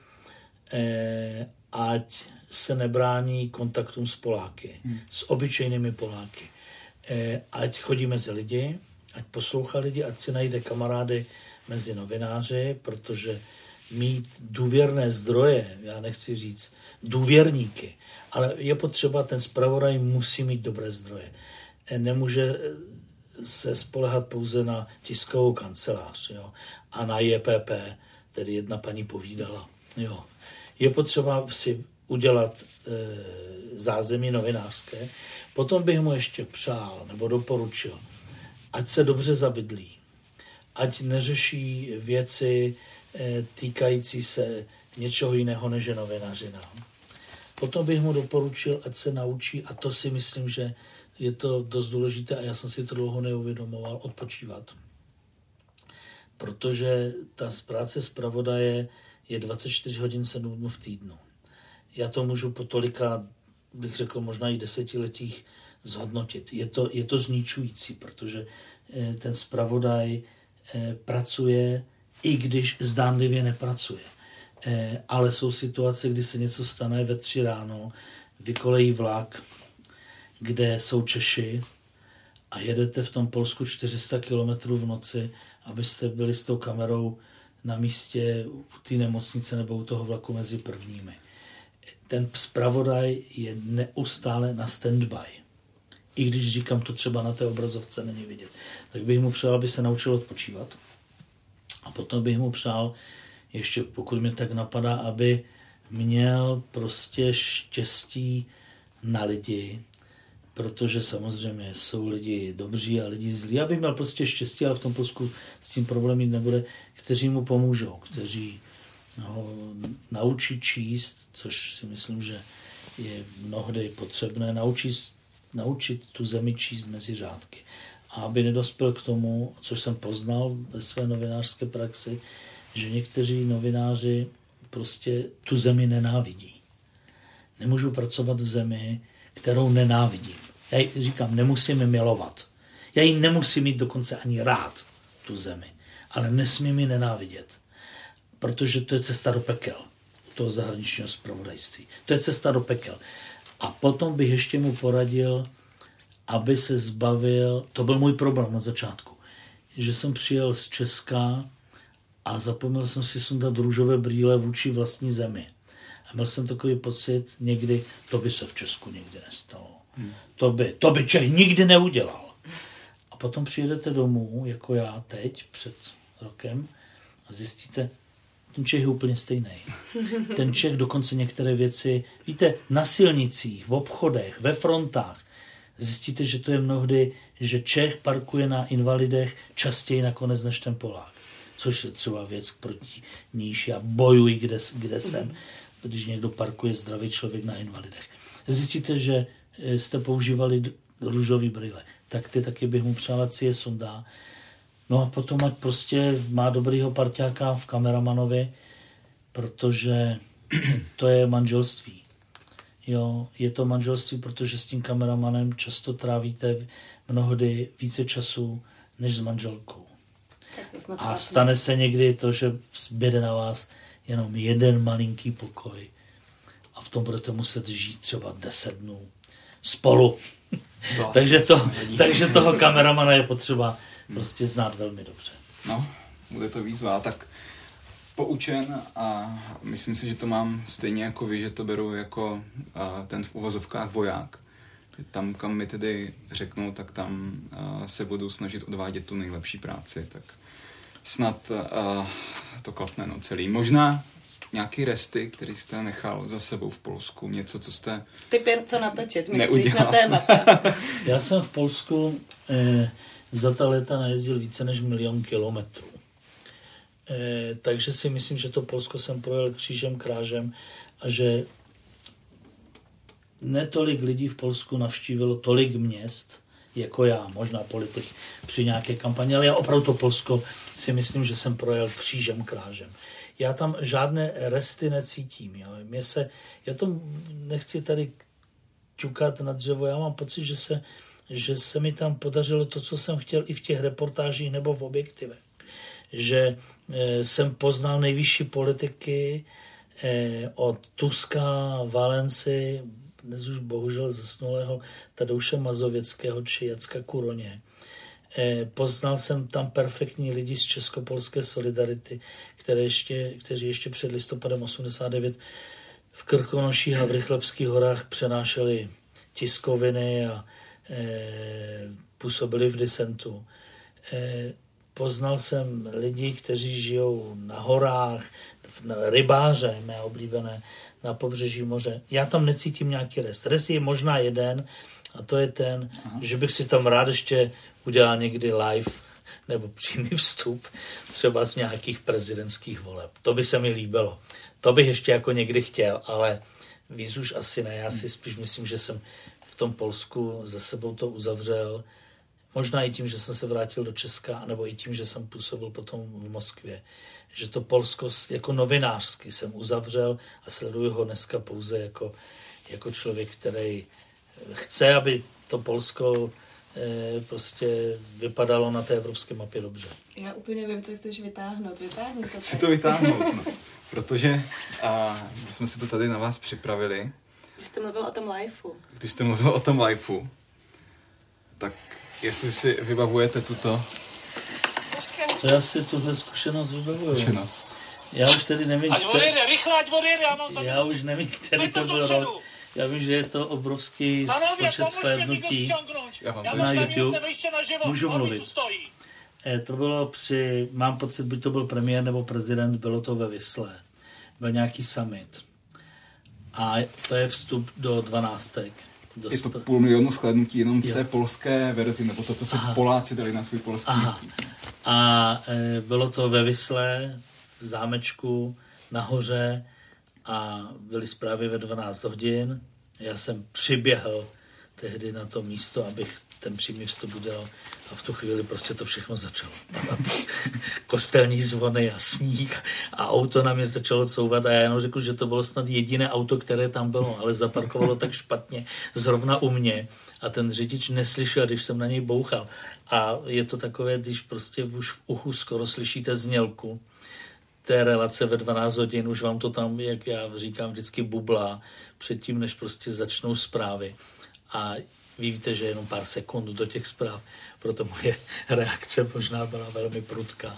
ať se nebrání kontaktům s Poláky, s obyčejnými Poláky. Ať chodí mezi lidi, ať poslouchá lidi, ať si najde kamarády mezi novináři, protože mít důvěrné zdroje, já nechci říct důvěrníky, ale je potřeba, ten zpravodaj musí mít dobré zdroje. Nemůže se spolehat pouze na tiskovou kancelář, jo, a na JPP, tedy jedna paní povídala. Jo. Je potřeba si udělat zázemí novinářské. Potom bych mu ještě přál nebo doporučil, ať se dobře zabydlí, ať neřeší věci týkající se něčeho jiného než je novinařina. Potom bych mu doporučil, ať se naučí, a to si myslím, že je to dost důležité a já jsem si to dlouho neuvědomoval, odpočívat. Protože ta práce zpravodaje je 24 hodin 7 dnů v týdnu. Já to můžu po tolika, bych řekl, možná i 10letích zhodnotit. Je to zničující, protože ten zpravodaj pracuje, i když zdánlivě nepracuje. Ale jsou situace, kdy se něco stane ve 3 ráno, vykolejí vlak, kde jsou Češi a jedete v tom Polsku 400 kilometrů v noci, abyste byli s tou kamerou na místě u té nemocnice nebo u toho vlaku mezi prvními. Ten zpravodaj je neustále na standby. I když říkám, to třeba na té obrazovce není vidět. Tak bych mu přál, aby se naučil odpočívat. A potom bych mu přál, ještě pokud mě tak napadá, aby měl prostě štěstí na lidi, protože samozřejmě jsou lidi dobří a lidi zlí, aby měl prostě štěstí, ale v tom Polsku s tím problém mít nebude, kteří mu pomůžou, kteří ho naučí číst, což si myslím, že je mnohdy potřebné, naučit tu zemi číst mezi řádky. A aby nedospěl k tomu, což jsem poznal ve své novinářské praxi, že někteří novináři prostě tu zemi nenávidí. Nemůžu pracovat v zemi, kterou nenávidím. Já ji říkám, nemusím ji milovat. Já ji nemusím mít dokonce ani rád, tu zemi. Ale nesmím ji nenávidět. Protože to je cesta do pekel. Toho zahraničního zpravodajství. To je cesta do pekel. A potom bych ještě mu poradil, aby se zbavil, to byl můj problém na začátku, že jsem přijel z Česka a zapomněl jsem si sundat růžové brýle vůči vlastní zemi. A měl jsem takový pocit někdy, to by se v Česku nikdy nestalo. To by Čech nikdy neudělal. A potom přijedete domů, jako já teď, před rokem, a zjistíte, ten Čech je úplně stejný. Ten Čech dokonce některé věci, víte, na silnicích, v obchodech, ve frontách, zjistíte, že to je mnohdy, že Čech parkuje na invalidech častěji nakonec než ten Polák. Což je třeba věc, proti níž já bojuji, kde jsem, když někdo parkuje zdravý člověk na invalidech. Zjistíte, že jste používali růžový brýle. Tak ty taky bych mu přál, ať si je sundá. No a potom ať prostě má dobrýho parťáka v kameramanovi, protože to je manželství. Jo, je to manželství, protože s tím kameramanem často trávíte mnohdy více času než s manželkou. A stane se někdy to, že zbyde na vás jenom jeden malinký pokoj a v tom budete muset žít třeba 10 dnů spolu. takže toho kameramana je potřeba prostě znát velmi dobře. No, bude to výzva, tak poučen a myslím si, že to mám stejně jako vy, že to beru jako ten v uvozovkách voják. Tam, kam mi tedy řeknou, tak tam se budu snažit odvádět tu nejlepší práci, tak snad to klapne celý. Možná nějaký resty, který jste nechal za sebou v Polsku, něco, co jste Typ co natočit, myslíš neudělal. Na témata? Já jsem v Polsku za ta léta najezdil více než 1 000 000 kilometrů. Takže si myslím, že to Polsko jsem projel křížem krážem a že netolik lidí v Polsku navštívilo tolik měst, jako já, možná politik při nějaké kampani, ale já opravdu to Polsko si myslím, že jsem projel křížem krážem. Já tam žádné resty necítím. Jo. Já to nechci tady ťukat na dřevo, já mám pocit, že se mi tam podařilo to, co jsem chtěl i v těch reportážích nebo v objektivech. Že jsem poznal nejvyšší politiky od Tuska, Valenci, dnes už bohužel zesnulého Tadeuše Mazověckého či Jacka Kuroně. Poznal jsem tam perfektní lidi z Českopolské solidarity, kteří ještě před listopadem 89 v Krkonoších a v Rychlebských horách přenášeli tiskoviny a působili v disentu. Poznal jsem lidi, kteří žijou na horách, rybáře, mé oblíbené, na pobřeží moře. Já tam necítím nějaký rest. Rest je možná jeden a to je ten, že bych si tam rád ještě udělal někdy live nebo přímý vstup třeba z nějakých prezidentských voleb. To by se mi líbilo. To bych ještě jako někdy chtěl, ale víc už asi ne. Já si spíš myslím, že jsem v tom Polsku za sebou to uzavřel. Možná i tím, že jsem se vrátil do Česka, nebo i tím, že jsem působil potom v Moskvě. Že to Polsko jako novinářsky jsem uzavřel a sleduju ho dneska pouze jako člověk, který chce, aby to Polsko prostě vypadalo na té evropské mapě dobře. Já úplně vím, co chceš vytáhnout. Vytáhni to. Chci to vytáhnout, no. Protože když jsme si to tady na vás připravili. Když jste mluvil o tom lifeu, tak jestli si vybavujete tuto... To já si tuhle zkušenost vybavuju. Já už tedy nevím, já už nevím, který to byl rok. Já vím, že je to obrovský počet shlédnutí na YouTube. Můžu mluvit. To bylo mám pocit, buď to byl premiér nebo prezident, bylo to ve Whistler. Byl nějaký summit. A to je vstup do 12. Je to 500 000 shlédnutí jenom v té polské verzi, nebo to, co si Poláci dali na svůj polský YouTube. A bylo to ve Whistler, v zámečku, nahoře a byly zprávy ve 12 hodin. Já jsem přiběhl tehdy na to místo, abych ten přímý vstup udělal a v tu chvíli prostě to všechno začalo. Kostelní zvony a sníh a auto na mě začalo couvat a já jenom řekl, že to bylo snad jediné auto, které tam bylo, ale zaparkovalo tak špatně zrovna u mě a ten řidič neslyšel, když jsem na něj bouchal. A je to takové, když prostě už v uchu skoro slyšíte znělku té relace ve 12 hodin, už vám to tam, jak já říkám, vždycky bublá předtím, než prostě začnou zprávy. A vy víte, že jenom pár sekund do těch zpráv, proto moje reakce možná byla velmi prudká.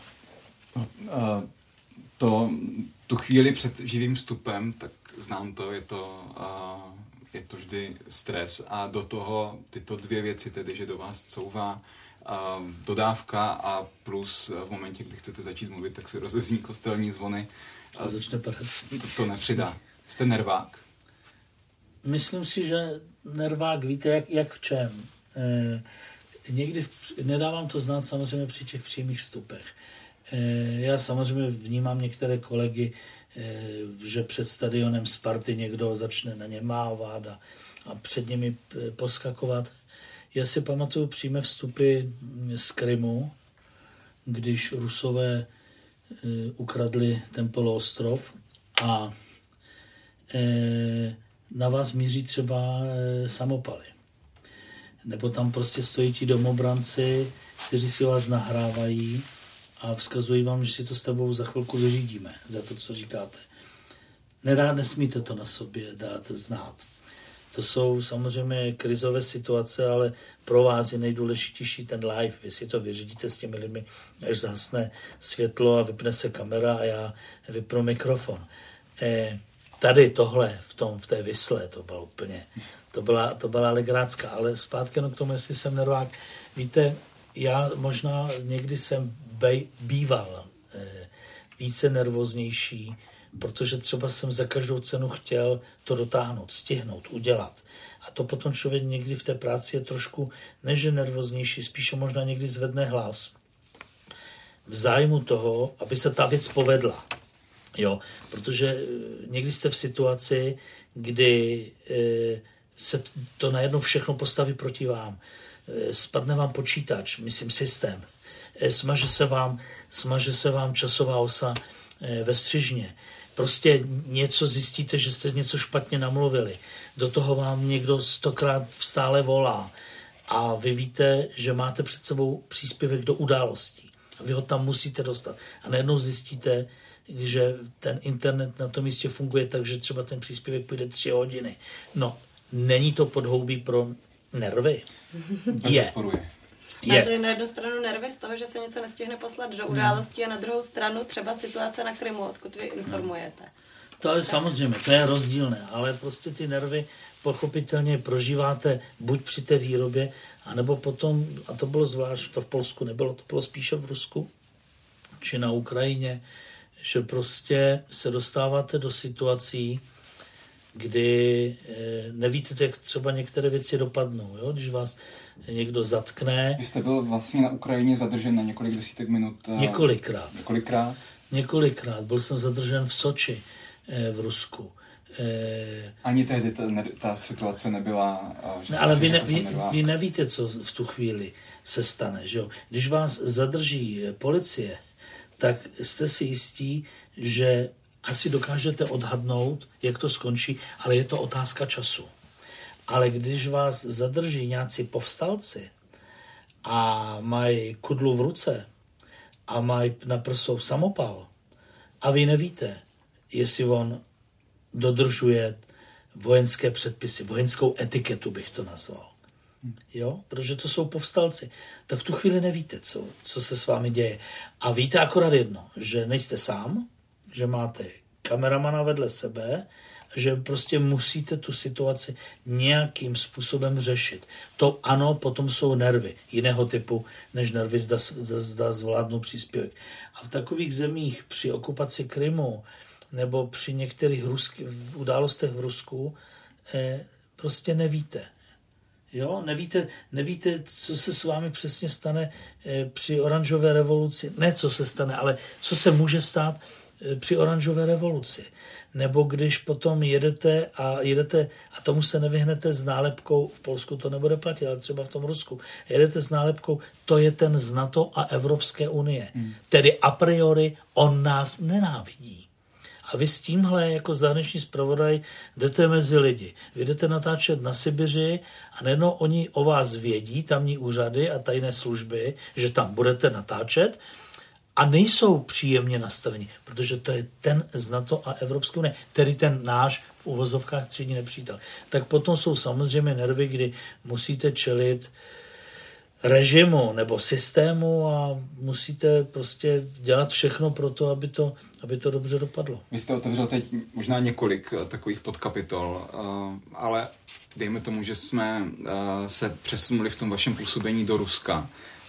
Tu chvíli před živým vstupem, tak znám to, je to vždy stres a do toho tyto dvě věci, tedy, že do vás couvá dodávka a plus v momentě, kdy chcete začít mluvit, tak se rozezní kostelní zvony. A začne padat. To nepřidá. Jste nervák? Myslím si, že nervák, víte, jak v čem. Někdy nedávám to znát samozřejmě při těch přímých vstupech. Já samozřejmě vnímám některé kolegy, že před stadionem Sparty někdo začne na ně mávat a před nimi poskakovat. Já si pamatuju přímé vstupy z Krymu, když Rusové ukradli ten poloostrov a na vás míří třeba samopaly. Nebo tam prostě stojí ti domobranci, kteří si vás nahrávají a vzkazují vám, že si to s tebou za chvilku vyřídíme za to, co říkáte. Nesmíte to na sobě dát znát. To jsou samozřejmě krizové situace, ale pro vás je nejdůležitější ten live. Vy si to vyřídíte s těmi lidmi, až zhasne světlo a vypne se kamera a já vypnu mikrofon. Tady tohle, v té Whistler, to bylo úplně, to byla legrácka, ale zpátky k tomu, jestli jsem nervák. Víte, já možná někdy jsem býval více nervóznější, protože třeba jsem za každou cenu chtěl to dotáhnout, stihnout, udělat. A to potom člověk někdy v té práci je trošku, než je nervóznější, spíše možná někdy zvedne hlas. V zájmu toho, aby se ta věc povedla. Jo, protože někdy jste v situaci, kdy se to najednou všechno postaví proti vám. Spadne vám počítač, myslím systém. Smaže se vám časová osa ve střižně. Prostě něco zjistíte, že jste něco špatně namluvili. Do toho vám někdo 100krát stále volá. A vy víte, že máte před sebou příspěvek do událostí. A vy ho tam musíte dostat. A najednou zjistíte, že ten internet na tom místě funguje tak, že třeba ten příspěvek půjde 3 hodiny. No, není to podhoubí pro nervy? Je. Máte na jednu stranu nervy z toho, že se něco nestihne poslat do událostí a na druhou stranu třeba situace na Krymu, odkud vy informujete. To je samozřejmě, to je rozdílné, ale prostě ty nervy pochopitelně prožíváte buď při té výrobě, anebo potom, a to bylo zvlášť, to v Polsku nebylo, to bylo spíše v Rusku, či na Ukrajině, že prostě se dostáváte do situací, kdy nevíte, jak třeba některé věci dopadnou. Jo? Když vás někdo zatkne. Vy jste byl vlastně na Ukrajině zadržen na několik desítek minut? Několikrát. Byl jsem zadržen v Soči. v Rusku. Ani tehdy ta situace nebyla... Ale vy nevíte, co v tu chvíli se stane. Že jo? Když vás zadrží policie, tak jste si jistí, že asi dokážete odhadnout, jak to skončí, ale je to otázka času. Ale když vás zadrží nějací povstalci a mají kudlu v ruce a mají na prsou samopal a vy nevíte, jestli on dodržuje vojenské předpisy, vojenskou etiketu bych to nazval. Jo? Protože to jsou povstalci. Tak v tu chvíli nevíte, co se s vámi děje. A víte akorát jedno, že nejste sám, že máte kameramana vedle sebe, že prostě musíte tu situaci nějakým způsobem řešit. To ano, potom jsou nervy jiného typu, než nervy zda zvládnou příspěvek. A v takových zemích při okupaci Krymu nebo při některých událostech v Rusku prostě nevíte. Jo? Nevíte, co se s vámi přesně stane při oranžové revoluci. Ne, co se stane, ale co se může stát při oranžové revoluci. Nebo když potom jedete a tomu se nevyhnete s nálepkou, v Polsku to nebude platit, ale třeba v tom Rusku, jedete s nálepkou, to je ten z NATO a Evropské unie. Tedy a priori on nás nenávidí. A vy s tímhle jako zahraniční zpravodaj jdete mezi lidi. Vy jdete natáčet na Sibiři a nejednou oni o vás vědí, tamní úřady a tajné služby, že tam budete natáčet a nejsou příjemně nastaveni, protože to je ten z NATO a Evropské unie, tedy ten náš v uvozovkách třídní nepřítel. Tak potom jsou samozřejmě nervy, kdy musíte čelit režimu nebo systému a musíte prostě dělat všechno pro to, aby to dobře dopadlo. Vy jste otevřel teď možná několik takových podkapitol, ale dejme tomu, že jsme se přesunuli v tom vašem působení do Ruska.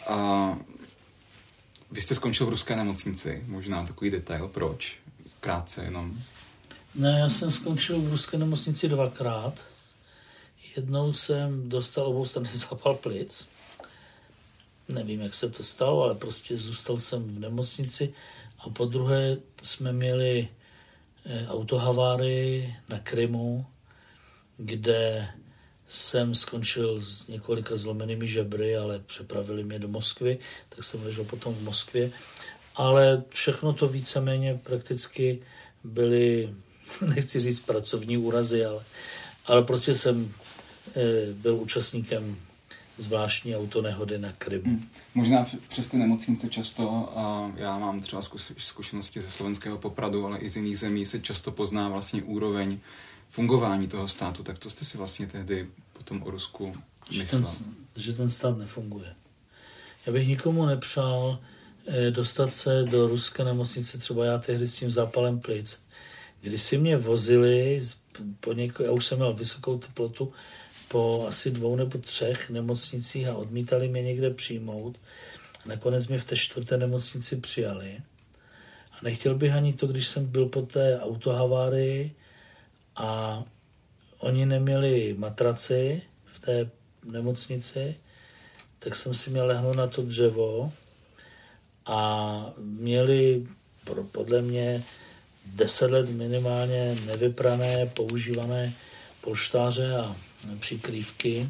Vy jste skončil v ruské nemocnici, možná takový detail, proč? Krátce jenom. Ne, já jsem skončil v ruské nemocnici 2krát. Jednou jsem dostal oboustranný zápal plic. Nevím, jak se to stalo, ale prostě zůstal jsem v nemocnici. A po druhé jsme měli autohavárii na Krymu, kde jsem skončil s několika zlomenými žebry, ale přepravili mě do Moskvy, tak jsem ležel potom v Moskvě. Ale všechno to víceméně prakticky byly, nechci říct pracovní úrazy, ale prostě jsem byl účastníkem zvláštní autonehody na Krymu. Možná přes ty nemocnice často, já mám třeba zkušenosti ze slovenského Popradu, ale i z jiných zemí se často pozná vlastně úroveň fungování toho státu. Tak to jste si vlastně tehdy potom o Rusku myslel? Že ten stát nefunguje. Já bych nikomu nepřál dostat se do ruské nemocnice, třeba já tehdy s tím zápalem plic. Když si mě vozili, já už jsem měl vysokou teplotu, po asi 2 nebo 3 nemocnicích a odmítali mě někde přijmout. A nakonec mě v té 4. nemocnici přijali. A nechtěl bych ani to, když jsem byl po té autohavárii a oni neměli matraci v té nemocnici, tak jsem si měl lehnout na to dřevo a měli podle mě 10 let minimálně nevyprané, používané polštáře a přikrývky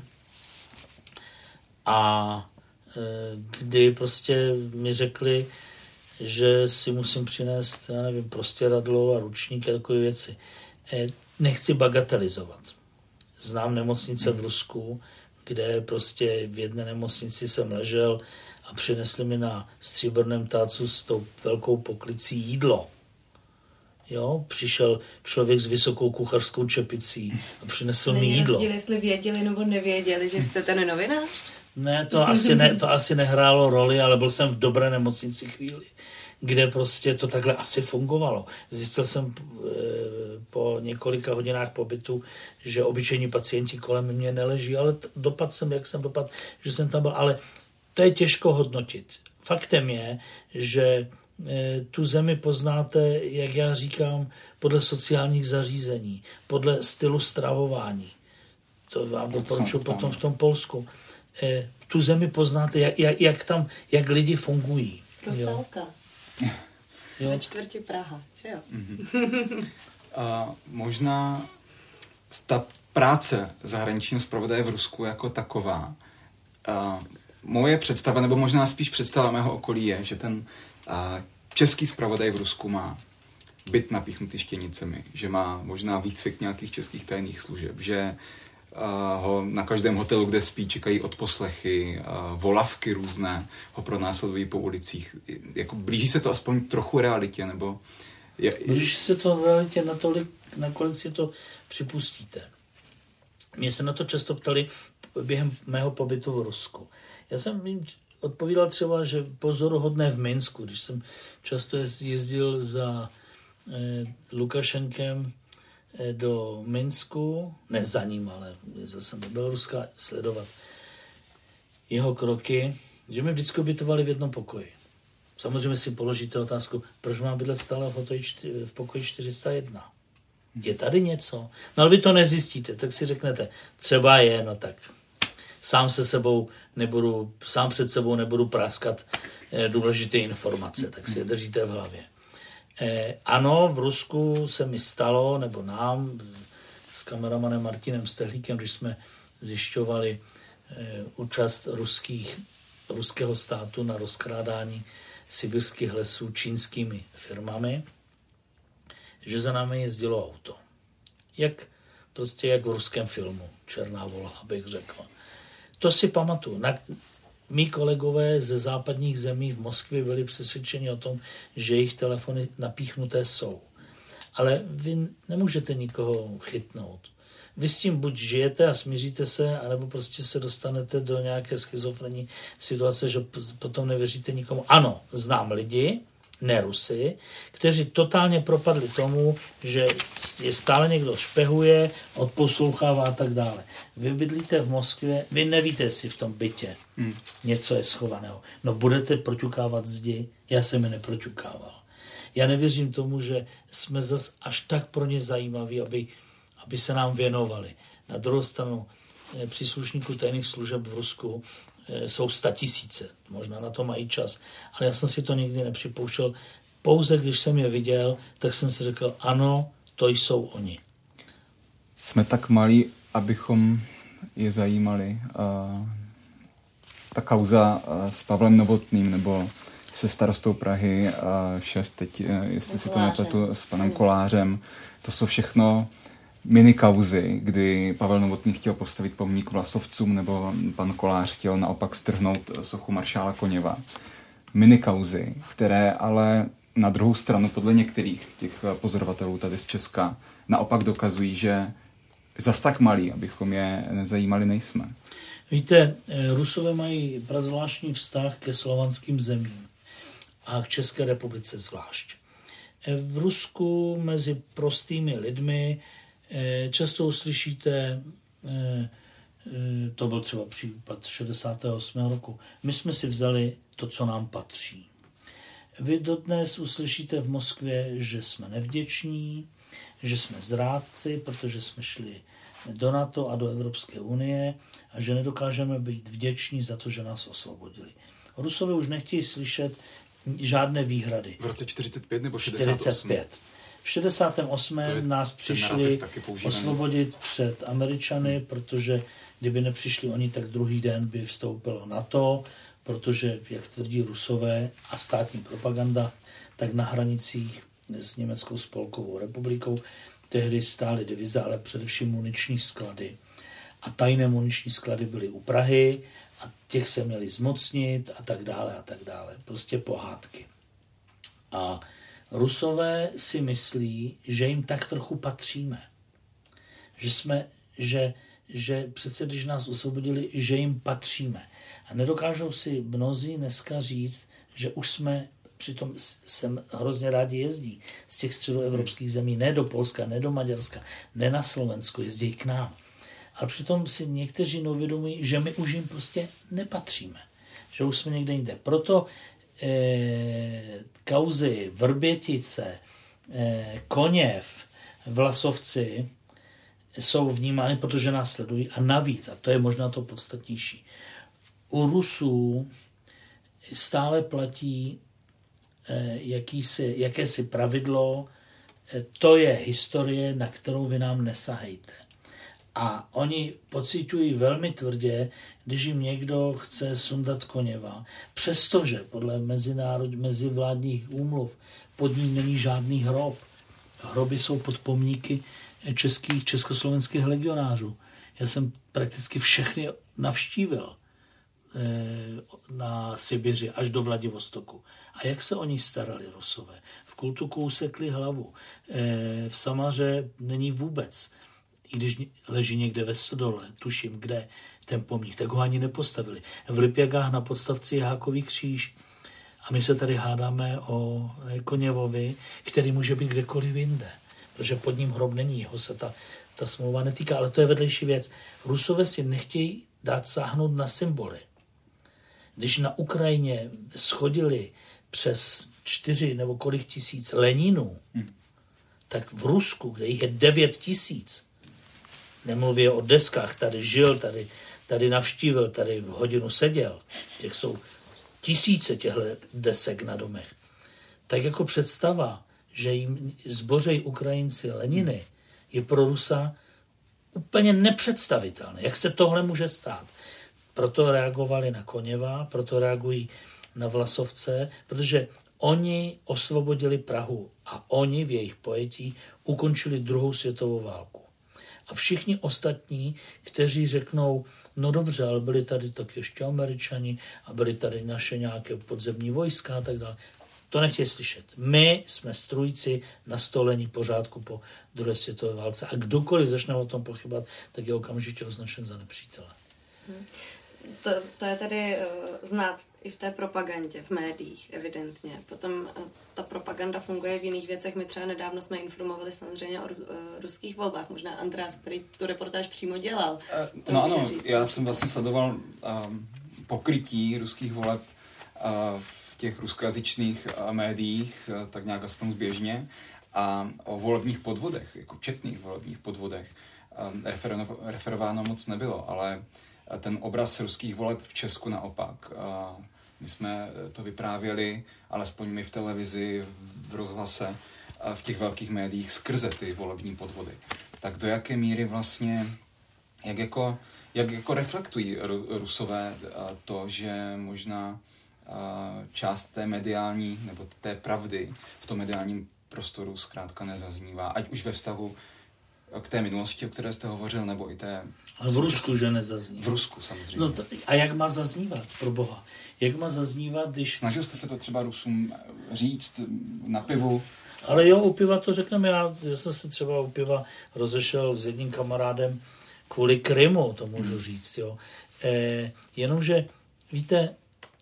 a kdy prostě mi řekli, že si musím přinést, já nevím, prostěradlo a ručník a takové věci. Nechci bagatelizovat. Znám nemocnice v Rusku, kde prostě v jedné nemocnici jsem ležel a přinesli mi na stříbrném tácu s tou velkou poklicí jídlo. Jo, přišel člověk s vysokou kuchařskou čepicí a přinesl mi jídlo. Není jestli věděli nebo nevěděli, že jste ten novinář? Ne, to asi nehrálo roli, ale byl jsem v dobré nemocnici chvíli, kde prostě to takhle asi fungovalo. Zjistil jsem po několika hodinách pobytu, že obyčejní pacienti kolem mě neleží, ale dopadl jsem, jak jsem dopadl, že jsem tam byl. Ale to je těžko hodnotit. Faktem je, že tu zemi poznáte, jak já říkám, podle sociálních zařízení, podle stylu stravování. To vám doporučuji potom v tom Polsku. Tu zemi poznáte, jak lidi fungují. Proselka. Na čtvrti Praha, že jo? možná ta práce zahraničního zpravodaje v Rusku jako taková. Moje představa, nebo možná spíš představa mého okolí je, že ten český zpravodaj v Rusku má byt napíchnutý štěnicemi, že má možná výcvik nějakých českých tajných služeb, že ho na každém hotelu, kde spí, čekají odposlechy, volavky různé ho pronásledují po ulicích. Jako blíží se to aspoň trochu realitě, nebo... Blíží se to realitě natolik, nakolik si to připustíte. Mě se na to často ptali během mého pobytu v Rusku. Já jsem jim odpovídal třeba, že pozoruhodné v Minsku, když jsem často jezdil za Lukašenkem do Minsku, ne za ním, ale jezdil jsem do Běloruska sledovat jeho kroky, že mi vždycky ubytovali v jednom pokoji. Samozřejmě si položíte otázku, proč mám bydlet stále v pokoji 401? Je tady něco? No ale vy to nezjistíte, tak si řeknete, třeba je, no tak sám před sebou nebudu práskat důležité informace, tak si je držíte v hlavě. Ano, v Rusku se mi stalo, nebo nám, s kameramanem Martinem Stehlíkem, když jsme zjišťovali účast ruského státu na rozkrádání sibirských lesů čínskými firmami, že za námi jezdilo auto. Jak v ruském filmu. Černá Volha, bych řekl. To si pamatuju. Mí kolegové ze západních zemí v Moskvě byli přesvědčeni o tom, že jejich telefony napíchnuté jsou. Ale vy nemůžete nikoho chytnout. Vy s tím buď žijete a smíříte se, anebo prostě se dostanete do nějaké schizofrenní situace, že potom nevěříte nikomu. Ano, znám lidi, ne Rusy, kteří totálně propadli tomu, že je stále někdo špehuje, odposlouchává a tak dále. Vy bydlíte v Moskvě, vy nevíte, jestli v tom bytě něco je schovaného. No budete proťukávat zdi, já jsem je neproťukával. Já nevěřím tomu, že jsme zas až tak pro ně zajímaví, aby se nám věnovali. Na druhou stranu příslušníků tajných služeb v Rusku jsou 100 000, možná na to mají čas, ale já jsem si to nikdy nepřipouštěl. Pouze když jsem je viděl, tak jsem si řekl, ano, to jsou oni. Jsme tak malí, abychom je zajímali. Ta kauza s Pavlem Novotným nebo se starostou Prahy 6, teď, jestli si to nepletu, s panem Kolářem, to jsou všechno minikauzy, kdy Pavel Novotný chtěl postavit pomník vlasovcům nebo pan Kolář chtěl naopak strhnout sochu maršála Koněva. Minikauzy, které ale na druhou stranu podle některých těch pozorovatelů tady z Česka naopak dokazují, že zas tak malí, abychom je nezajímali, nejsme. Víte, Rusové mají prazvláštní vztah ke slovanským zemím a k České republice zvlášť. V Rusku mezi prostými lidmi často uslyšíte, to byl třeba případ 68. roku, my jsme si vzali to, co nám patří. Vy dodnes uslyšíte v Moskvě, že jsme nevděční, že jsme zrádci, protože jsme šli do NATO a do Evropské unie a že nedokážeme být vděční za to, že nás osvobodili. Rusové už nechtějí slyšet žádné výhrady. V roce 45 nebo 68? 45. V 68. nás přišli osvobodit před Američany, protože kdyby nepřišli oni, tak druhý den by vstoupilo NATO, protože, jak tvrdí Rusové a státní propaganda, tak na hranicích s Německou spolkovou republikou tehdy stály divize, ale především muniční sklady. A tajné muniční sklady byly u Prahy a těch se měli zmocnit a tak dále a tak dále. Prostě pohádky. A Rusové si myslí, že jim tak trochu patříme. Že přece, když nás osvobodili, že jim patříme. A nedokážou si mnozí dneska říct, že už jsme, přitom sem hrozně rádi jezdí z těch středoevropských zemí, ne do Polska, ne do Maďarska, ne na Slovensko, jezdí k nám. Ale přitom si někteří neuvědomují, že my už jim prostě nepatříme. Že už jsme někde jinde. Proto kauzy Vrbětice, Koněv, Vlasovci jsou vnímány, protože nás sledují. A navíc, a to je možná to podstatnější, u Rusů stále platí jakési pravidlo to je historie, na kterou vy nám nesahejte. A oni pociťují velmi tvrdě, když jim někdo chce sundat Koněva, přestože podle mezivládních úmluv pod ním není žádný hrob. Hroby jsou pod pomníky československých legionářů. Já jsem prakticky všechny navštívil na Sibiři až do Vladivostoku. A jak se o ní starali Rusové? V Kultuku usekli hlavu. V Samaře není vůbec. I když leží někde ve stodole, tuším, kde ten pomník, tak ho ani nepostavili. V Lipjagách na podstavci je hákový kříž. A my se tady hádáme o Koněvovi, který může být kdekoliv jinde. Protože pod ním hrob není, jeho se ta smlouva netýká. Ale to je vedlejší věc. Rusové si nechtějí dát sáhnout na symboly. Když na Ukrajině schodili přes 4 nebo kolik tisíc Leninů, tak v Rusku, kde jich je 9 000, nemluvě o deskách, tady žil, tady navštívil, tady hodinu seděl, těch jsou tisíce těchto desek na domech, tak jako představa, že jim zbořejí Ukrajinci Leniny, je pro Rusa úplně nepředstavitelné. Jak se tohle může stát? Proto reagovali na Koněva, proto reagují na Vlasovce, protože oni osvobodili Prahu a oni v jejich pojetí ukončili 2. světovou válku. A všichni ostatní, kteří řeknou, no dobře, ale byli tady tak ještě Američani a byli tady naše nějaké podzemní vojska a tak dále. To nechtějí slyšet. My jsme strůjci nastolení pořádku po 2. světové válce a kdokoliv začne o tom pochybovat, tak je okamžitě označen za nepřítele. To je tady znát i v té propagandě, v médiích, evidentně. Potom ta propaganda funguje v jiných věcech. My třeba nedávno jsme informovali samozřejmě o ruských volbách. Možná Andreas, který tu reportáž přímo dělal. No ano, já jsem vlastně sledoval pokrytí ruských voleb v těch ruskojazyčných médiích, tak nějak aspoň zběžně. A o volebních podvodech, jako četných volebních podvodech, referováno moc nebylo, ale ten obraz ruských voleb v Česku naopak. My jsme to vyprávěli, alespoň my v televizi, v rozhlase, v těch velkých médiích skrze ty volební podvody. Tak do jaké míry vlastně, jak jako reflektují Rusové to, že možná část té mediální nebo té pravdy v tom mediálním prostoru zkrátka nezaznívá, ať už ve vztahu k té minulosti, o které jste hovořil, nebo i té... Ale v Rusku, že nezaznívá. V Rusku, samozřejmě. No a jak má zaznívat, pro boha? Jak má zaznívat, když... Snažil jste se to třeba Rusům říct na pivu? Ale jo, u piva to řekneme. Já jsem se třeba u piva rozešel s jedním kamarádem kvůli Krymu, to můžu říct, jo. Jenomže, víte,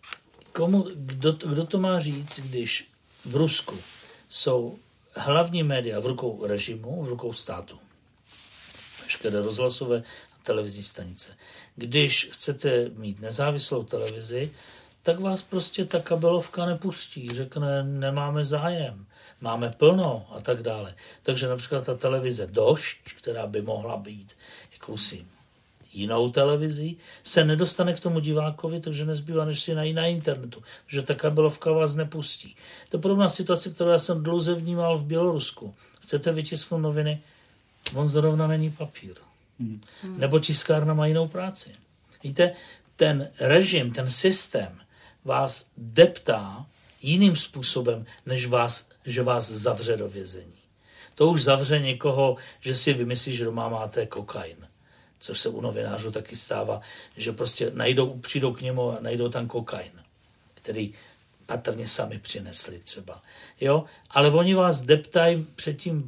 kdo to má říct, když v Rusku jsou hlavní média v rukou režimu, v rukou státu. Veškeré rozhlasové a televizní stanice. Když chcete mít nezávislou televizi, tak vás prostě ta kabelovka nepustí. Řekne, nemáme zájem, máme plno a tak dále. Takže například ta televize Došť, která by mohla být jakousi jinou televizí, se nedostane k tomu divákovi, takže nezbývá, než si najít na internetu, že ta kabelovka vás nepustí. To je podobná situace, kterou já jsem dlouze vnímal v Bělorusku. Chcete vytisknout noviny, on zrovna není papír. Nebo tiskárna má jinou práci. Víte, ten režim, ten systém vás deptá jiným způsobem, než že vás zavře do vězení. To už zavře někoho, že si vymyslí, že doma máte kokain. Což se u novinářů taky stává, že prostě přijdou k němu a najdou tam kokain, který patrně sami přinesli třeba. Jo? Ale oni vás deptají předtím,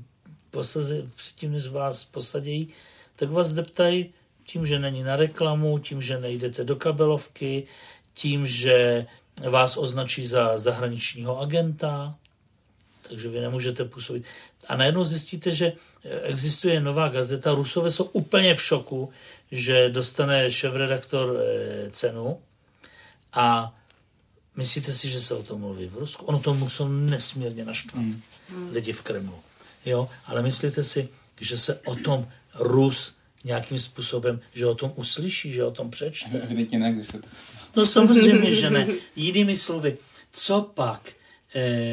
než vás posadí, tak vás deptají tím, že není na reklamu, tím, že nejdete do kabelovky, tím, že vás označí za zahraničního agenta, takže vy nemůžete působit. A najednou zjistíte, že existuje nová gazeta. Rusové jsou úplně v šoku, že dostane šéfredaktor cenu a myslíte si, že se o tom mluví v Rusku? Ono to muselo nesmírně naštvat lidi v Kremlu. Jo? Ale myslíte si, že se o tom Rus nějakým způsobem, že o tom uslyší, že o tom přečte? Evidentně ne, když se to... No samozřejmě, že ne. Jinými slovy, co pak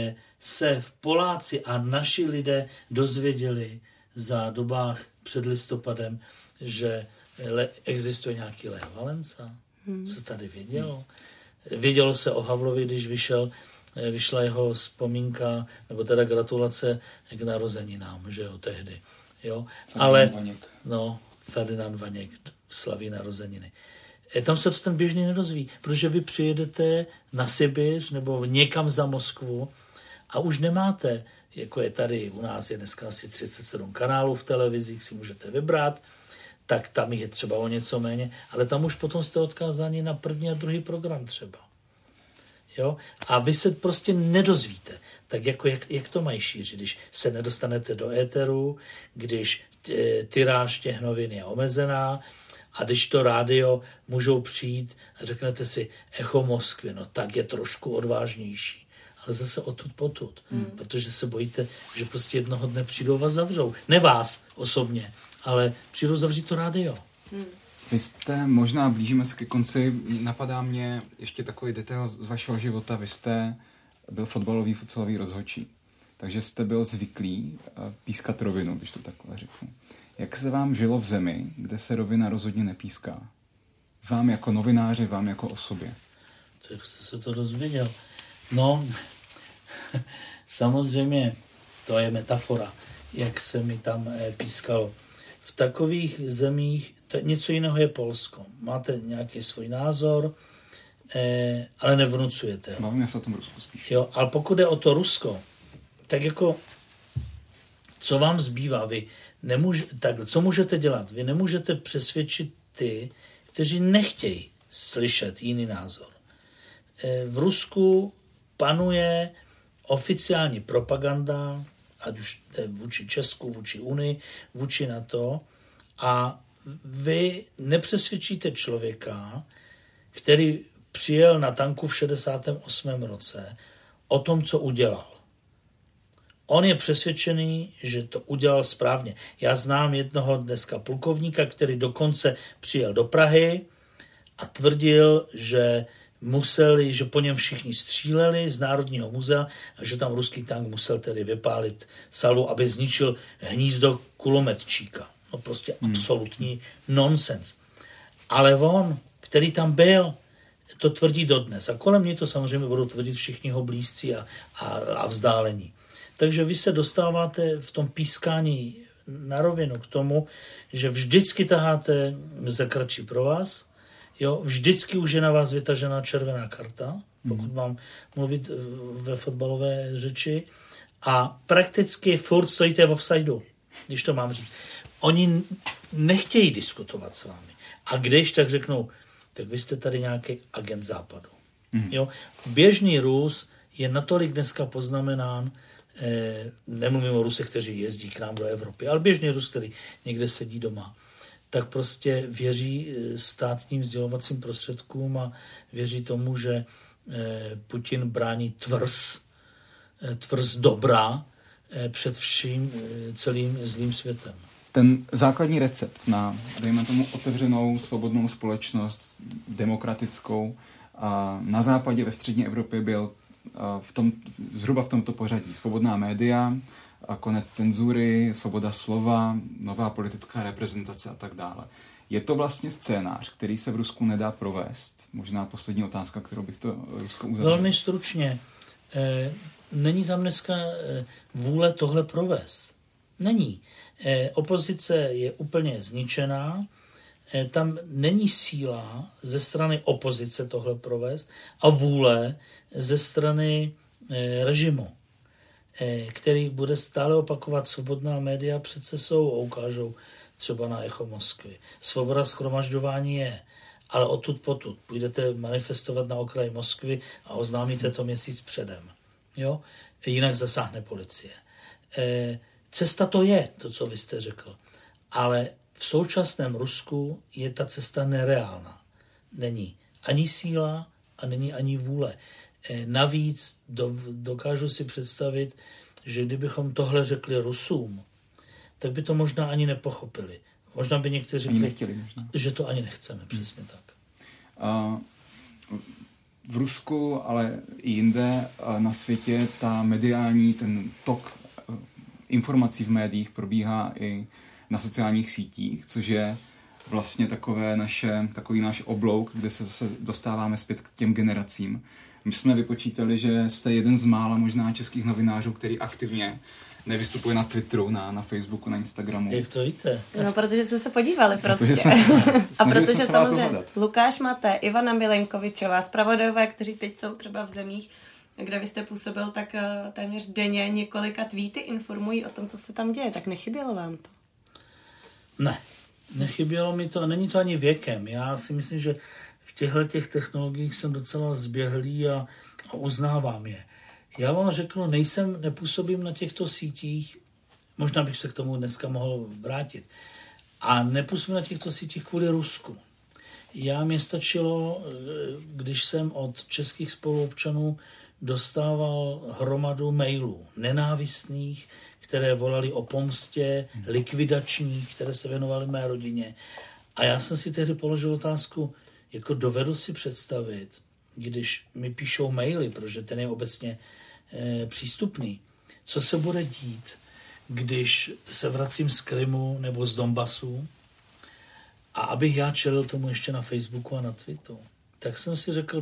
se v Poláci a naši lidé dozvěděli za dobách před listopadem, že existuje nějaký Lech Valenca? Co tady vědělo? Vědělo se o Havlovi, když vyšla jeho vzpomínka, nebo teda gratulace k narozeninám, že jo, tehdy. Jo? Ale Ferdinand Vaněk slaví narozeniny. Tam se to ten běžný nedozví, protože vy přijedete na Sibiř nebo někam za Moskvu a už nemáte, jako je tady, u nás je dneska asi 37 kanálů v televizích, si můžete vybrat, tak tam je třeba o něco méně, ale tam už potom jste odkázáni na první a druhý program třeba. Jo? A vy se prostě nedozvíte. Tak jako jak to mají šířit, když se nedostanete do éteru, když tiráž těch novin je omezená a když to rádio můžou přijít a řeknete si Echo Moskvy, no tak je trošku odvážnější. Ale zase odtud potud, protože se bojíte, že prostě jednoho dne přijdou vás zavřou. Ne vás osobně, ale přijdou zavřít to rádio. Vy jste, možná blížíme se ke konci, napadá mě ještě takový detail z vašeho života. Vy jste byl fotbalový futsalový rozhodčí, takže jste byl zvyklý pískat rovinu, když to takhle řeknu. Jak se vám žilo v zemi, kde se rovina rozhodně nepíská? Vám jako novináři, vám jako osobě? To jak jste se to dozvěděl? No, samozřejmě, to je metafora, jak se mi tam pískalo. V takových zemích, něco jiného je Polsko. Máte nějaký svůj názor, ale nevnucujete. Bavíme se o tom Rusku spíš. Jo, ale pokud je o to Rusko, tak jako, co vám zbývá? Co můžete dělat? Vy nemůžete přesvědčit ty, kteří nechtějí slyšet jiný názor. V Rusku panuje oficiální propaganda, ať už vůči Česku, vůči Unii, vůči NATO, a vy nepřesvědčíte člověka, který přijel na tanku v 68. roce o tom, co udělal. On je přesvědčený, že to udělal správně. Já znám jednoho dneska plukovníka, který dokonce přijel do Prahy a tvrdil, že že po něm všichni stříleli z Národního muzea a že tam ruský tank musel tedy vypálit salu, aby zničil hnízdo kulometčíka. No prostě absolutní nonsens. Ale on, který tam byl, to tvrdí dodnes. A kolem něj to samozřejmě budou tvrdit všichni ho blízcí a vzdálení. Takže vy se dostáváte v tom pískání na rovinu k tomu, že vždycky taháte za kratší pro vás, jo, vždycky už je na vás vytažená červená karta, pokud mám mluvit ve fotbalové řeči, a prakticky furt stojíte v offsideu, když to mám říct. Oni nechtějí diskutovat s vámi. A když tak řeknou, tak vy jste tady nějaký agent západu. Jo? Běžný Rus je natolik dneska poznamenán, nemluvím o Rusech, kteří jezdí k nám do Evropy, ale běžný Rus, který někde sedí doma, tak prostě věří státním sdělovacím prostředkům a věří tomu, že Putin brání tvrz dobra před vším celým zlým světem. Ten základní recept na, dejme tomu, otevřenou, svobodnou společnost, demokratickou, na západě ve střední Evropě byl zhruba v tomto pořadí. Svobodná média, konec cenzury, svoboda slova, nová politická reprezentace a tak dále. Je to vlastně scénář, který se v Rusku nedá provést? Možná poslední otázka, kterou bych to Rusko uzavřel. Velmi stručně. Není tam dneska vůle tohle provést. Není. Opozice je úplně zničená, tam není síla ze strany opozice tohle provést a vůle ze strany režimu, který bude stále opakovat svobodná média, přece jsou a ukážou třeba na Echo Moskvy. Svoboda shromažďování je, ale odtud potud. Půjdete manifestovat na okraji Moskvy a oznámíte to měsíc předem. Jo? Jinak zasáhne policie. Cesta to je, to, co vy jste řekl. Ale v současném Rusku je ta cesta nereálná. Není ani síla a není ani vůle. Navíc dokážu si představit, že kdybychom tohle řekli Rusům, tak by to možná ani nepochopili. Možná by někteří řekli, že to ani nechceme. Přesně tak. v Rusku, ale i jinde na světě ten tok informací v médiích probíhá i na sociálních sítích, což je vlastně takový náš oblouk, kde se zase dostáváme zpět k těm generacím. My jsme vypočítali, že jste jeden z mála možná českých novinářů, který aktivně nevystupuje na Twitteru, na Facebooku, na Instagramu. Jak to víte? No, protože jsme se podívali prostě. A protože samozřejmě Lukáš Mate, Ivana Milenkovičová, zpravodajové, kteří teď jsou třeba v zemích, kde vy jste působil, tak téměř denně několika tweety informují o tom, co se tam děje. Tak nechybělo vám to? Ne, nechybělo mi to a není to ani věkem. Já si myslím, že v těchto technologiích jsem docela zběhlý a uznávám je. Já vám řeknu, nepůsobím na těchto sítích, možná bych se k tomu dneska mohl vrátit, a nepůsobím na těchto sítích kvůli Rusku. Mně stačilo, když jsem od českých spoluobčanů dostával hromadu mailů nenávistných, které volali o pomstě, likvidačních, které se věnovaly mé rodině. A já jsem si tehdy položil otázku, jako dovedu si představit, když mi píšou maily, protože ten je obecně přístupný, co se bude dít, když se vracím z Krymu nebo z Donbasu a abych já čelil tomu ještě na Facebooku a na Twitteru. Tak jsem si řekl,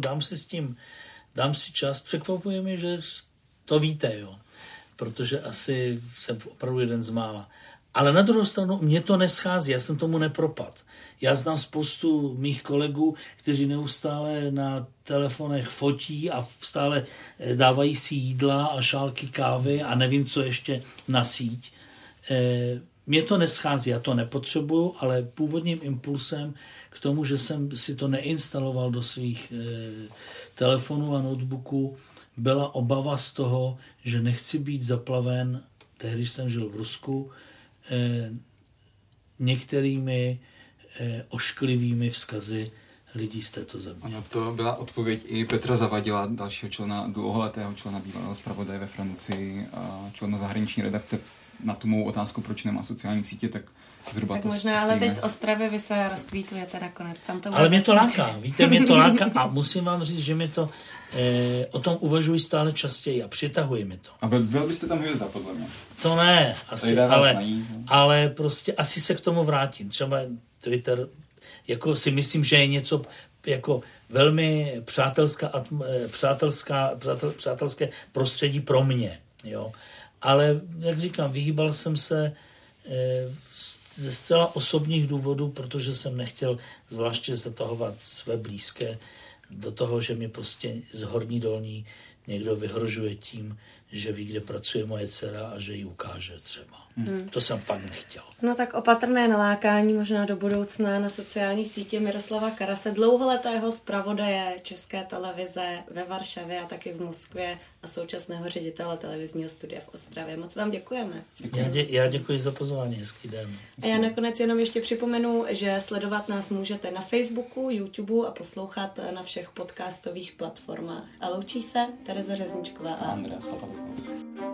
dám si čas. Překvapuje mě, že to víte, jo. Protože asi jsem opravdu jeden z mála. Ale na druhou stranu mě to neschází, já jsem tomu nepropad. Já znám spoustu mých kolegů, kteří neustále na telefonech fotí a stále dávají si jídla a šálky kávy a nevím, co ještě na síť. Mně to neschází, já to nepotřebuju, ale původním impulsem k tomu, že jsem si to neinstaloval do svých telefonů a notebooků, byla obava z toho, že nechci být zaplaven, tehdy, když jsem žil v Rusku, některými ošklivými vzkazy lidí z této země. Ano, to byla odpověď i Petra Zavadila, dalšího dlouholetého člena bývalého zpravodaje ve Francii a člena zahraniční redakce na tu mou otázku, proč nemá sociální sítě, tak zhruba tak to možná, ale teď z Ostravy vy se roztweetujete nakonec. Tam to ale mě to láká, víte, mě to láká a musím vám říct, že mě to o tom uvažuji stále častěji a přitahuje mi to. A byl byste tam hvězda, podle mě. To ne, asi, ale prostě asi se k tomu vrátím. Třeba Twitter, jako si myslím, že je něco jako velmi přátelské prostředí pro mě, jo. Ale, jak říkám, vyhýbal jsem se ze zcela osobních důvodů, protože jsem nechtěl zvláště zatahovat své blízké do toho, že mi prostě z horní dolní někdo vyhrožuje tím, že ví, kde pracuje moje dcera a že ji ukáže třeba. To jsem fakt nechtěl. No tak opatrné nalákání možná do budoucna na sociální sítě Miroslava Karase, dlouholetého zpravodaje České televize ve Varšavě a taky v Moskvě a současného ředitele televizního studia v Ostravě. Moc vám děkujeme. Já děkuji za pozvání, hezký den. A já nakonec jenom ještě připomenu, že sledovat nás můžete na Facebooku, YouTube a poslouchat na všech podcastových platformách. A loučí se Tereza Řezničková a Andreas Papadopoulos.